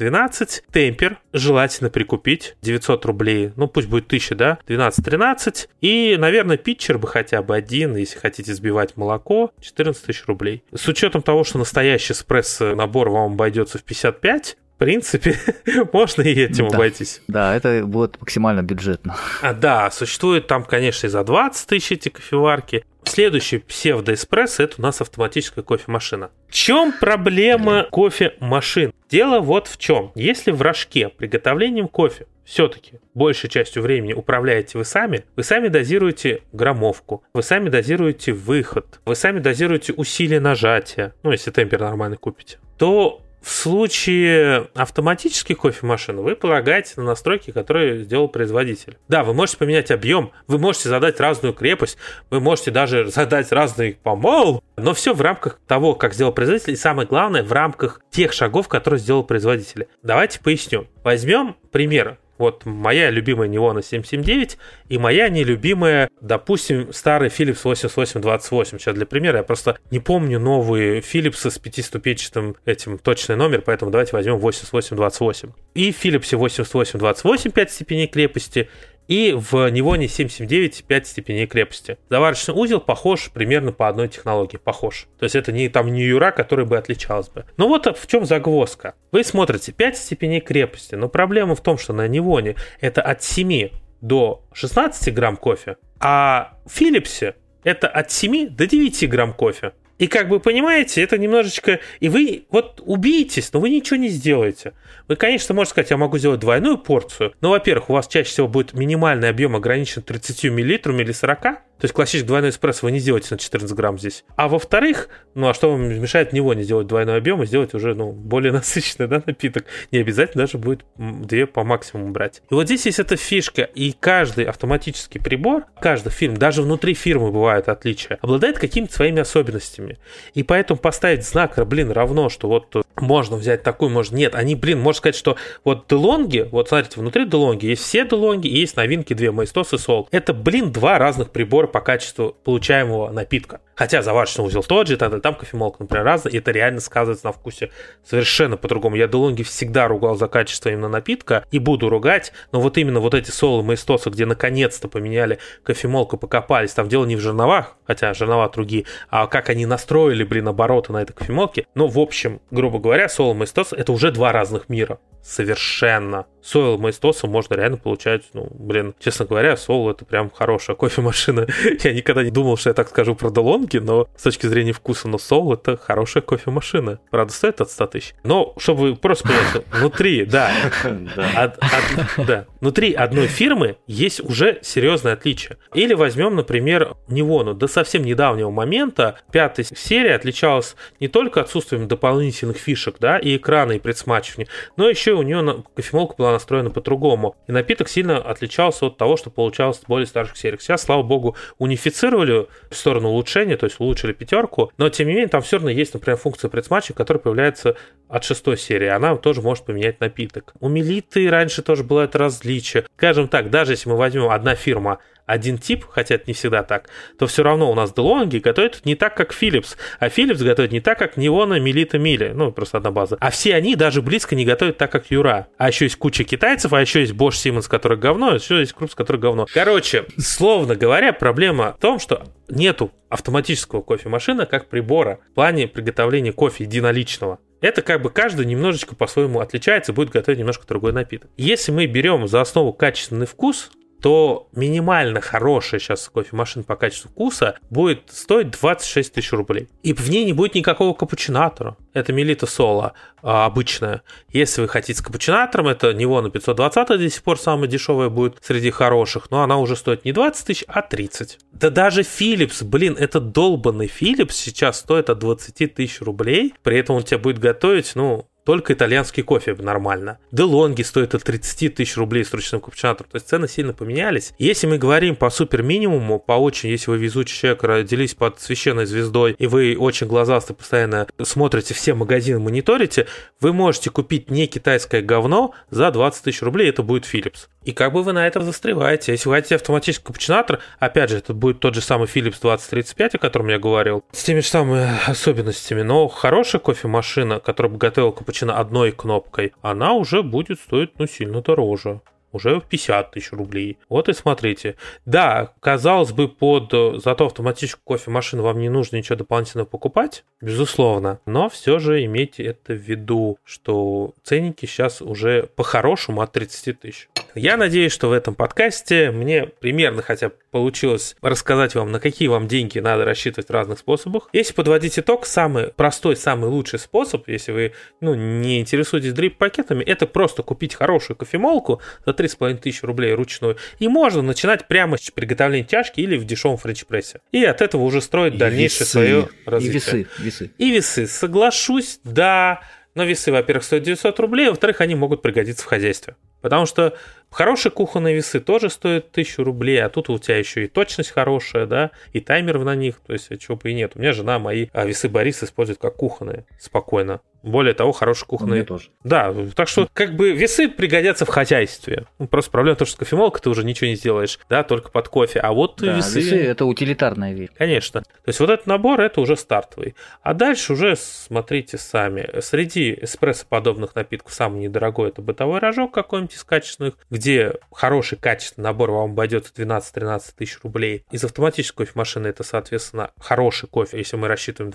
12, темпер, желательно прикупить, 900 рублей, пусть будет 1000, да, 12-13, и, наверное, питчер бы хотя бы один, если хотите сбивать молоко, 14 тысяч рублей. С учетом того, что настоящий эспрессо набор вам обойдется в 55, в принципе, можно и этим обойтись. Да, это будет максимально бюджетно. Да, существует там, конечно, и за 20 тысяч эти кофеварки. Следующий псевдоэспрессо – это у нас автоматическая кофемашина. В чем проблема кофемашин? Дело вот в чем. Если в рожке приготовлением кофе все-таки большей частью времени управляете вы сами дозируете граммовку, вы сами дозируете выход, вы сами дозируете усилие нажатия, если темпер нормально купите, то в случае автоматических кофемашин вы полагаете на настройки, которые сделал производитель. Да, вы можете поменять объем, вы можете задать разную крепость, вы можете даже задать разный помол, но все в рамках того, как сделал производитель, и самое главное, в рамках тех шагов, которые сделал производитель. Давайте поясню. Возьмем пример. Вот моя любимая Nivon 779 и моя нелюбимая, допустим, старый Philips 8828. Сейчас для примера, я просто не помню новые Philips с 5-ступенчатым этим точный номер, поэтому давайте возьмем 8828. И в Philips 8828 5 степеней крепости, и в Nivone 779 5 степеней крепости. Заварочный узел похож примерно по одной технологии, похож. То есть это не Юра, который бы отличалась бы. Но вот в чем загвоздка. Вы смотрите 5 степеней крепости, но проблема в том, что на Nivone это от 7 до 16 грамм кофе, а в Philips это от 7 до 9 грамм кофе. И как бы понимаете, это немножечко... И вы вот убеетесь, но вы ничего не сделаете. Вы, конечно, можете сказать, я могу сделать двойную порцию, но, во-первых, у вас чаще всего будет минимальный объем ограничен 30 миллилитрами или 40. То есть классический двойной эспрессо вы не сделаете на 14 грамм здесь. А во-вторых, а что вам мешает не сделать двойной объем и сделать уже более насыщенный напиток? Не обязательно даже будет 2 по максимуму брать. И вот здесь есть эта фишка, и каждый автоматический прибор, каждый фирма, даже внутри фирмы бывают отличия, обладает какими-то своими особенностями. И поэтому поставить знак, равно, что вот можно взять такой, можно нет. Они, можно сказать, что вот DeLonghi, вот смотрите, внутри DeLonghi есть все DeLonghi и есть новинки 2, Maestos и Sol. Это, 2 разных прибора по качеству получаемого напитка. Хотя заварочный узел тот же, там кофемолка, например, разная, и это реально сказывается на вкусе совершенно по-другому. Я DeLonghi всегда ругал за качество именно напитка и буду ругать, но вот именно вот эти Sol и Maestos, где наконец-то поменяли кофемолку, покопались, там дело не в жерновах, хотя жернова другие, а как они настроили, обороты на этой кофемолке. В общем, грубо говоря, Sol и Maestos это уже 2 разных мира. Совершенно. Сол и Maestos можно реально получать, честно говоря, Sol это прям хорошая кофемашина. Я никогда не думал, что я так скажу про DeLonghi, но с точки зрения вкуса, Sol это хорошая кофемашина. Правда, стоит от 100 тысяч. Но, чтобы вы просто поняли, внутри, внутри одной фирмы есть уже серьезное отличие. Или возьмем, например, Nivone. До совсем недавнего момента 5-я серия отличалась не только отсутствием дополнительных фишек, и экрана, и предсматчивания, но еще у нее кофемолка была настроена по-другому. И напиток сильно отличался от того, что получалось в более старших сериях. Сейчас, слава богу, унифицировали в сторону улучшения, то есть улучшили 5, но тем не менее там все равно есть, например, функция предсматча, которая появляется от 6 серии. Она тоже может поменять напиток. У Мелиты раньше тоже было это различие. Скажем так, даже если мы возьмем одна фирма, один тип, хотя это не всегда так, то все равно у нас DeLonghi готовят не так, как Philips, а Philips готовит не так, как Nivone, Melita, Miele, просто одна база. А все они даже близко не готовят так, как Юра. А еще есть куча китайцев, а еще есть Bosch, Siemens, который говно, а еще есть Krups, который говно. Короче, словно говоря, проблема в том, что нету автоматического кофемашина как прибора в плане приготовления кофе единоличного. Это каждый немножечко по-своему отличается и будет готовить немножко другой напиток. Если мы берем за основу качественный вкус, то минимально хорошая сейчас кофемашина по качеству вкуса будет стоить 26 тысяч рублей. И в ней не будет никакого капучинатора. Это Melita Sola обычная. Если вы хотите с капучинатором, это Nivone 520 до сих пор самая дешевая будет среди хороших, но она уже стоит не 20 тысяч, а 30. Да даже Philips, этот долбанный Philips сейчас стоит от 20 тысяч рублей, при этом он тебя будет готовить, только итальянский кофе нормально. DeLonghi стоит от 30 тысяч рублей с ручным капучинатором. То есть цены сильно поменялись. Если мы говорим по супер минимуму, если вы везучий человек, родились под священной звездой, и вы очень глазастый, постоянно смотрите все магазины, мониторите, вы можете купить не китайское говно за 20 тысяч рублей, это будет Philips. И вы на этом застреваете. Если вы хотите автоматический капучинатор, опять же, это будет тот же самый Philips 2035, о котором я говорил, с теми же самыми особенностями, но хорошая кофемашина, которая бы готовила капучино одной кнопкой, она уже будет стоить, сильно дороже. Уже 50 тысяч рублей. Вот и смотрите. Да, казалось бы, зато автоматическую кофемашину вам не нужно ничего дополнительного покупать, безусловно. Но все же имейте это в виду, что ценники сейчас уже по-хорошему от 30 тысяч. Я надеюсь, что в этом подкасте мне примерно хотя бы получилось рассказать вам, на какие вам деньги надо рассчитывать в разных способах. Если подводить итог, самый простой, самый лучший способ, если вы не интересуетесь дрип-пакетами, это просто купить хорошую кофемолку за 3,5 тысячи рублей ручную, и можно начинать прямо с приготовления чашки или в дешевом френч-прессе. И от этого уже строить дальнейшее свое развитие. И весы. Соглашусь, да. Но весы, во-первых, стоят 900 рублей, во-вторых, они могут пригодиться в хозяйстве. Потому что хорошие кухонные весы тоже стоят 1000 рублей, а тут у тебя еще и точность хорошая, и таймер на них, то есть чего бы и нет. У меня жена мои весы Борис использует как кухонные, спокойно. Более того, хорошие кухонные. Тоже. Да, так что весы пригодятся в хозяйстве. Просто проблема в том, что с кофемолкой ты уже ничего не сделаешь, только под кофе. А вот весы это утилитарная вещь. Конечно. То есть вот этот набор, это уже стартовый. А дальше уже смотрите сами. Среди эспрессо-подобных напитков самый недорогой это бытовой рожок какой-нибудь из качественных, где где хороший качественный набор вам обойдется 12-13 тысяч рублей. Из автоматической кофемашины это, соответственно, хороший кофе, если мы рассчитываем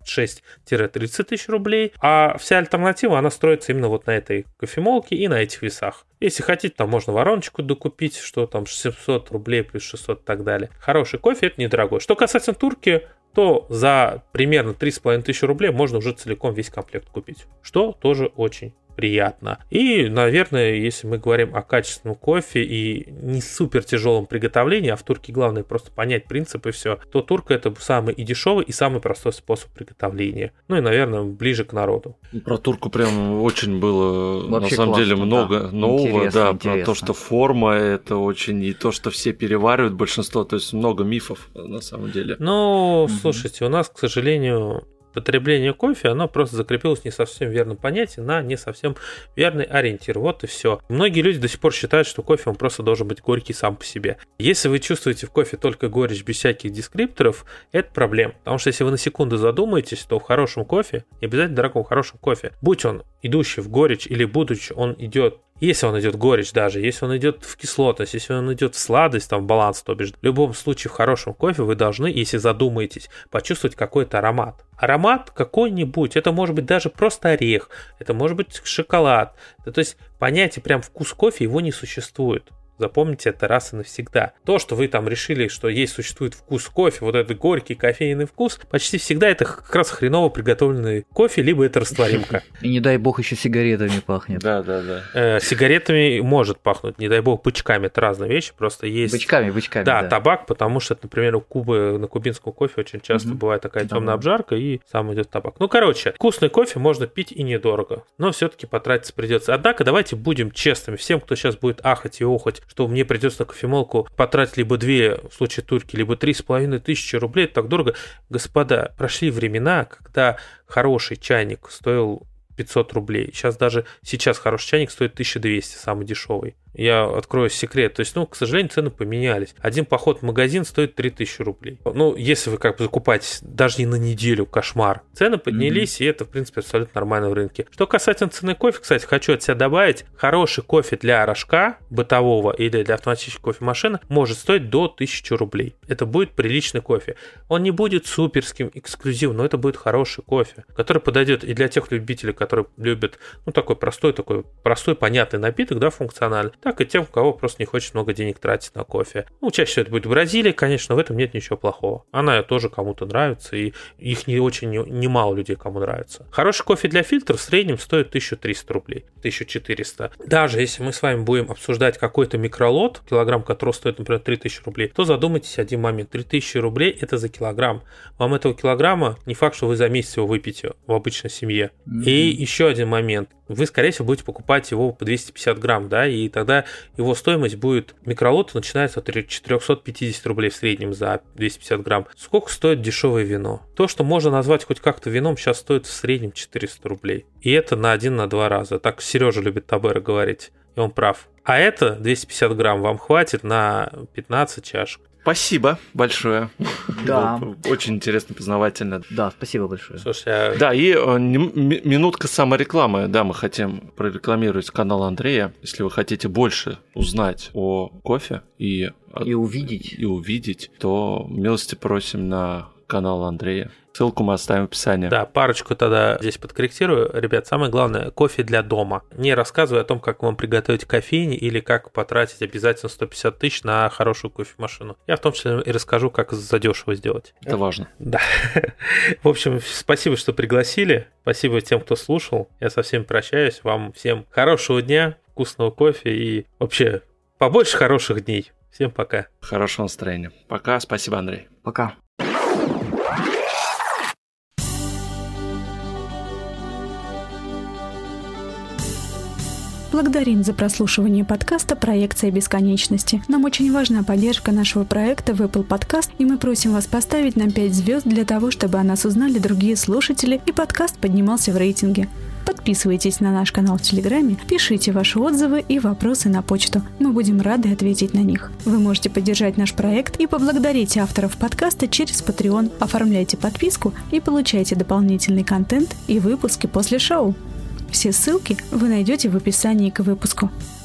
26-30 тысяч рублей. А вся альтернатива, она строится именно вот на этой кофемолке и на этих весах. Если хотите, там можно вороночку докупить, что там 700 рублей плюс 600 и так далее. Хороший кофе, это недорогой. Что касается турки, то за примерно 3500 рублей можно уже целиком весь комплект купить, что тоже очень приятно. И, наверное, если мы говорим о качественном кофе и не супер тяжелом приготовлении, а в турке главное просто понять принципы и все, то турка это самый и дешевый, и самый простой способ приготовления. Ну и, наверное, ближе к народу. Про турку прям очень было, вообще на самом деле, много да. нового, Интересно. Про то, что форма это очень, и то, что все переваривают большинство, то есть много мифов на самом деле. Ну, слушайте, у нас, к сожалению, потребление кофе, оно просто закрепилось не совсем верном понятии на не совсем верный ориентир. Вот и все. Многие люди до сих пор считают, что кофе, он просто должен быть горький сам по себе. Если вы чувствуете в кофе только горечь без всяких дескрипторов, это проблема. Потому что если вы на секунду задумаетесь, то в хорошем кофе, не обязательно дорогом хорошем кофе, будь он идущий в горечь или будучи он идет, если он идет горечь даже, если он идет в кислотность, если он идет в сладость, там в баланс, то бишь, в любом случае в хорошем кофе вы должны, если задумаетесь, почувствовать какой-то аромат. Аромат какой-нибудь, это может быть даже просто орех, это может быть шоколад. То есть понятие прям вкус кофе, его не существует. Запомните это раз и навсегда. То, что вы там решили, что существует вкус кофе, вот этот горький кофейный вкус, почти всегда это как раз хреново приготовленный кофе, либо это растворимка. И не дай бог еще сигаретами пахнет. Да. Сигаретами может пахнуть, не дай бог, бычками, это разные вещи, просто есть... Бычками, да. Табак, потому что, например, у Кубы на кубинском кофе очень часто бывает такая темная обжарка, и сам идет табак. Ну, короче, вкусный кофе можно пить и недорого, но все-таки потратиться придется. Однако давайте будем честными, всем, кто сейчас будет ахать и охать, что мне придется на кофемолку потратить либо 2, в случае турки, либо 3500 рублей, это так дорого. Господа, прошли времена, когда хороший чайник стоил 500 рублей. Сейчас хороший чайник стоит 1200, самый дешевый. Я открою секрет. То есть, к сожалению, цены поменялись. Один поход в магазин стоит 3000 рублей. Если вы закупаетесь даже не на неделю, кошмар. Цены поднялись, и это, в принципе, абсолютно нормально в рынке. Что касательно цены кофе, кстати, хочу от себя добавить. Хороший кофе для рожка бытового или для автоматической кофемашины может стоить до 1000 рублей. Это будет приличный кофе. Он не будет суперским, эксклюзивным, но это будет хороший кофе, который подойдет и для тех любителей, которые любят такой простой, понятный напиток, да, функциональный, так и тем, у кого просто не хочет много денег тратить на кофе. Чаще всего это будет Бразилия, конечно, в этом нет ничего плохого. Она тоже кому-то нравится, и их немало людей кому нравится. Хороший кофе для фильтра в среднем стоит 1300 рублей, 1400. Даже если мы с вами будем обсуждать какой-то микролот, килограмм которого стоит, например, 3000 рублей, то задумайтесь один момент. 3000 рублей – это за килограмм. Вам этого килограмма не факт, что вы за месяц его выпьете в обычной семье. И еще один момент. Вы, скорее всего, будете покупать его по 250 грамм, да, и тогда его стоимость будет, микролот начинается от 450 рублей в среднем за 250 грамм. Сколько стоит дешевое вино? То, что можно назвать хоть как-то вином, сейчас стоит в среднем 400 рублей. И это на 1-2 раза. Так Сережа любит Табера говорить, и он прав. А это 250 грамм вам хватит на 15 чашек. Спасибо большое. Да. Очень интересно, познавательно. Да, спасибо большое. Слушай, Да, и минутка саморекламы. Да, мы хотим прорекламировать канал Андрея. Если вы хотите больше узнать о кофе и увидеть, то милости просим на канал Андрея. Ссылку мы оставим в описании. Да, парочку тогда здесь подкорректирую. Ребят, самое главное, кофе для дома. Не рассказываю о том, как вам приготовить кофейни или как потратить обязательно 150 тысяч на хорошую кофемашину. Я в том числе и расскажу, как задешево сделать. Это важно. Да. В общем, спасибо, что пригласили. Спасибо тем, кто слушал. Я со всеми прощаюсь. Вам всем хорошего дня, вкусного кофе и вообще побольше хороших дней. Всем пока. Хорошего настроения. Пока. Спасибо, Андрей. Пока. Благодарим за прослушивание подкаста «Проекция бесконечности». Нам очень важна поддержка нашего проекта в Apple Podcast, и мы просим вас поставить нам 5 звезд для того, чтобы о нас узнали другие слушатели и подкаст поднимался в рейтинге. Подписывайтесь на наш канал в Телеграме, пишите ваши отзывы и вопросы на почту. Мы будем рады ответить на них. Вы можете поддержать наш проект и поблагодарить авторов подкаста через Patreon. Оформляйте подписку и получайте дополнительный контент и выпуски после шоу. Все ссылки вы найдете в описании к выпуску.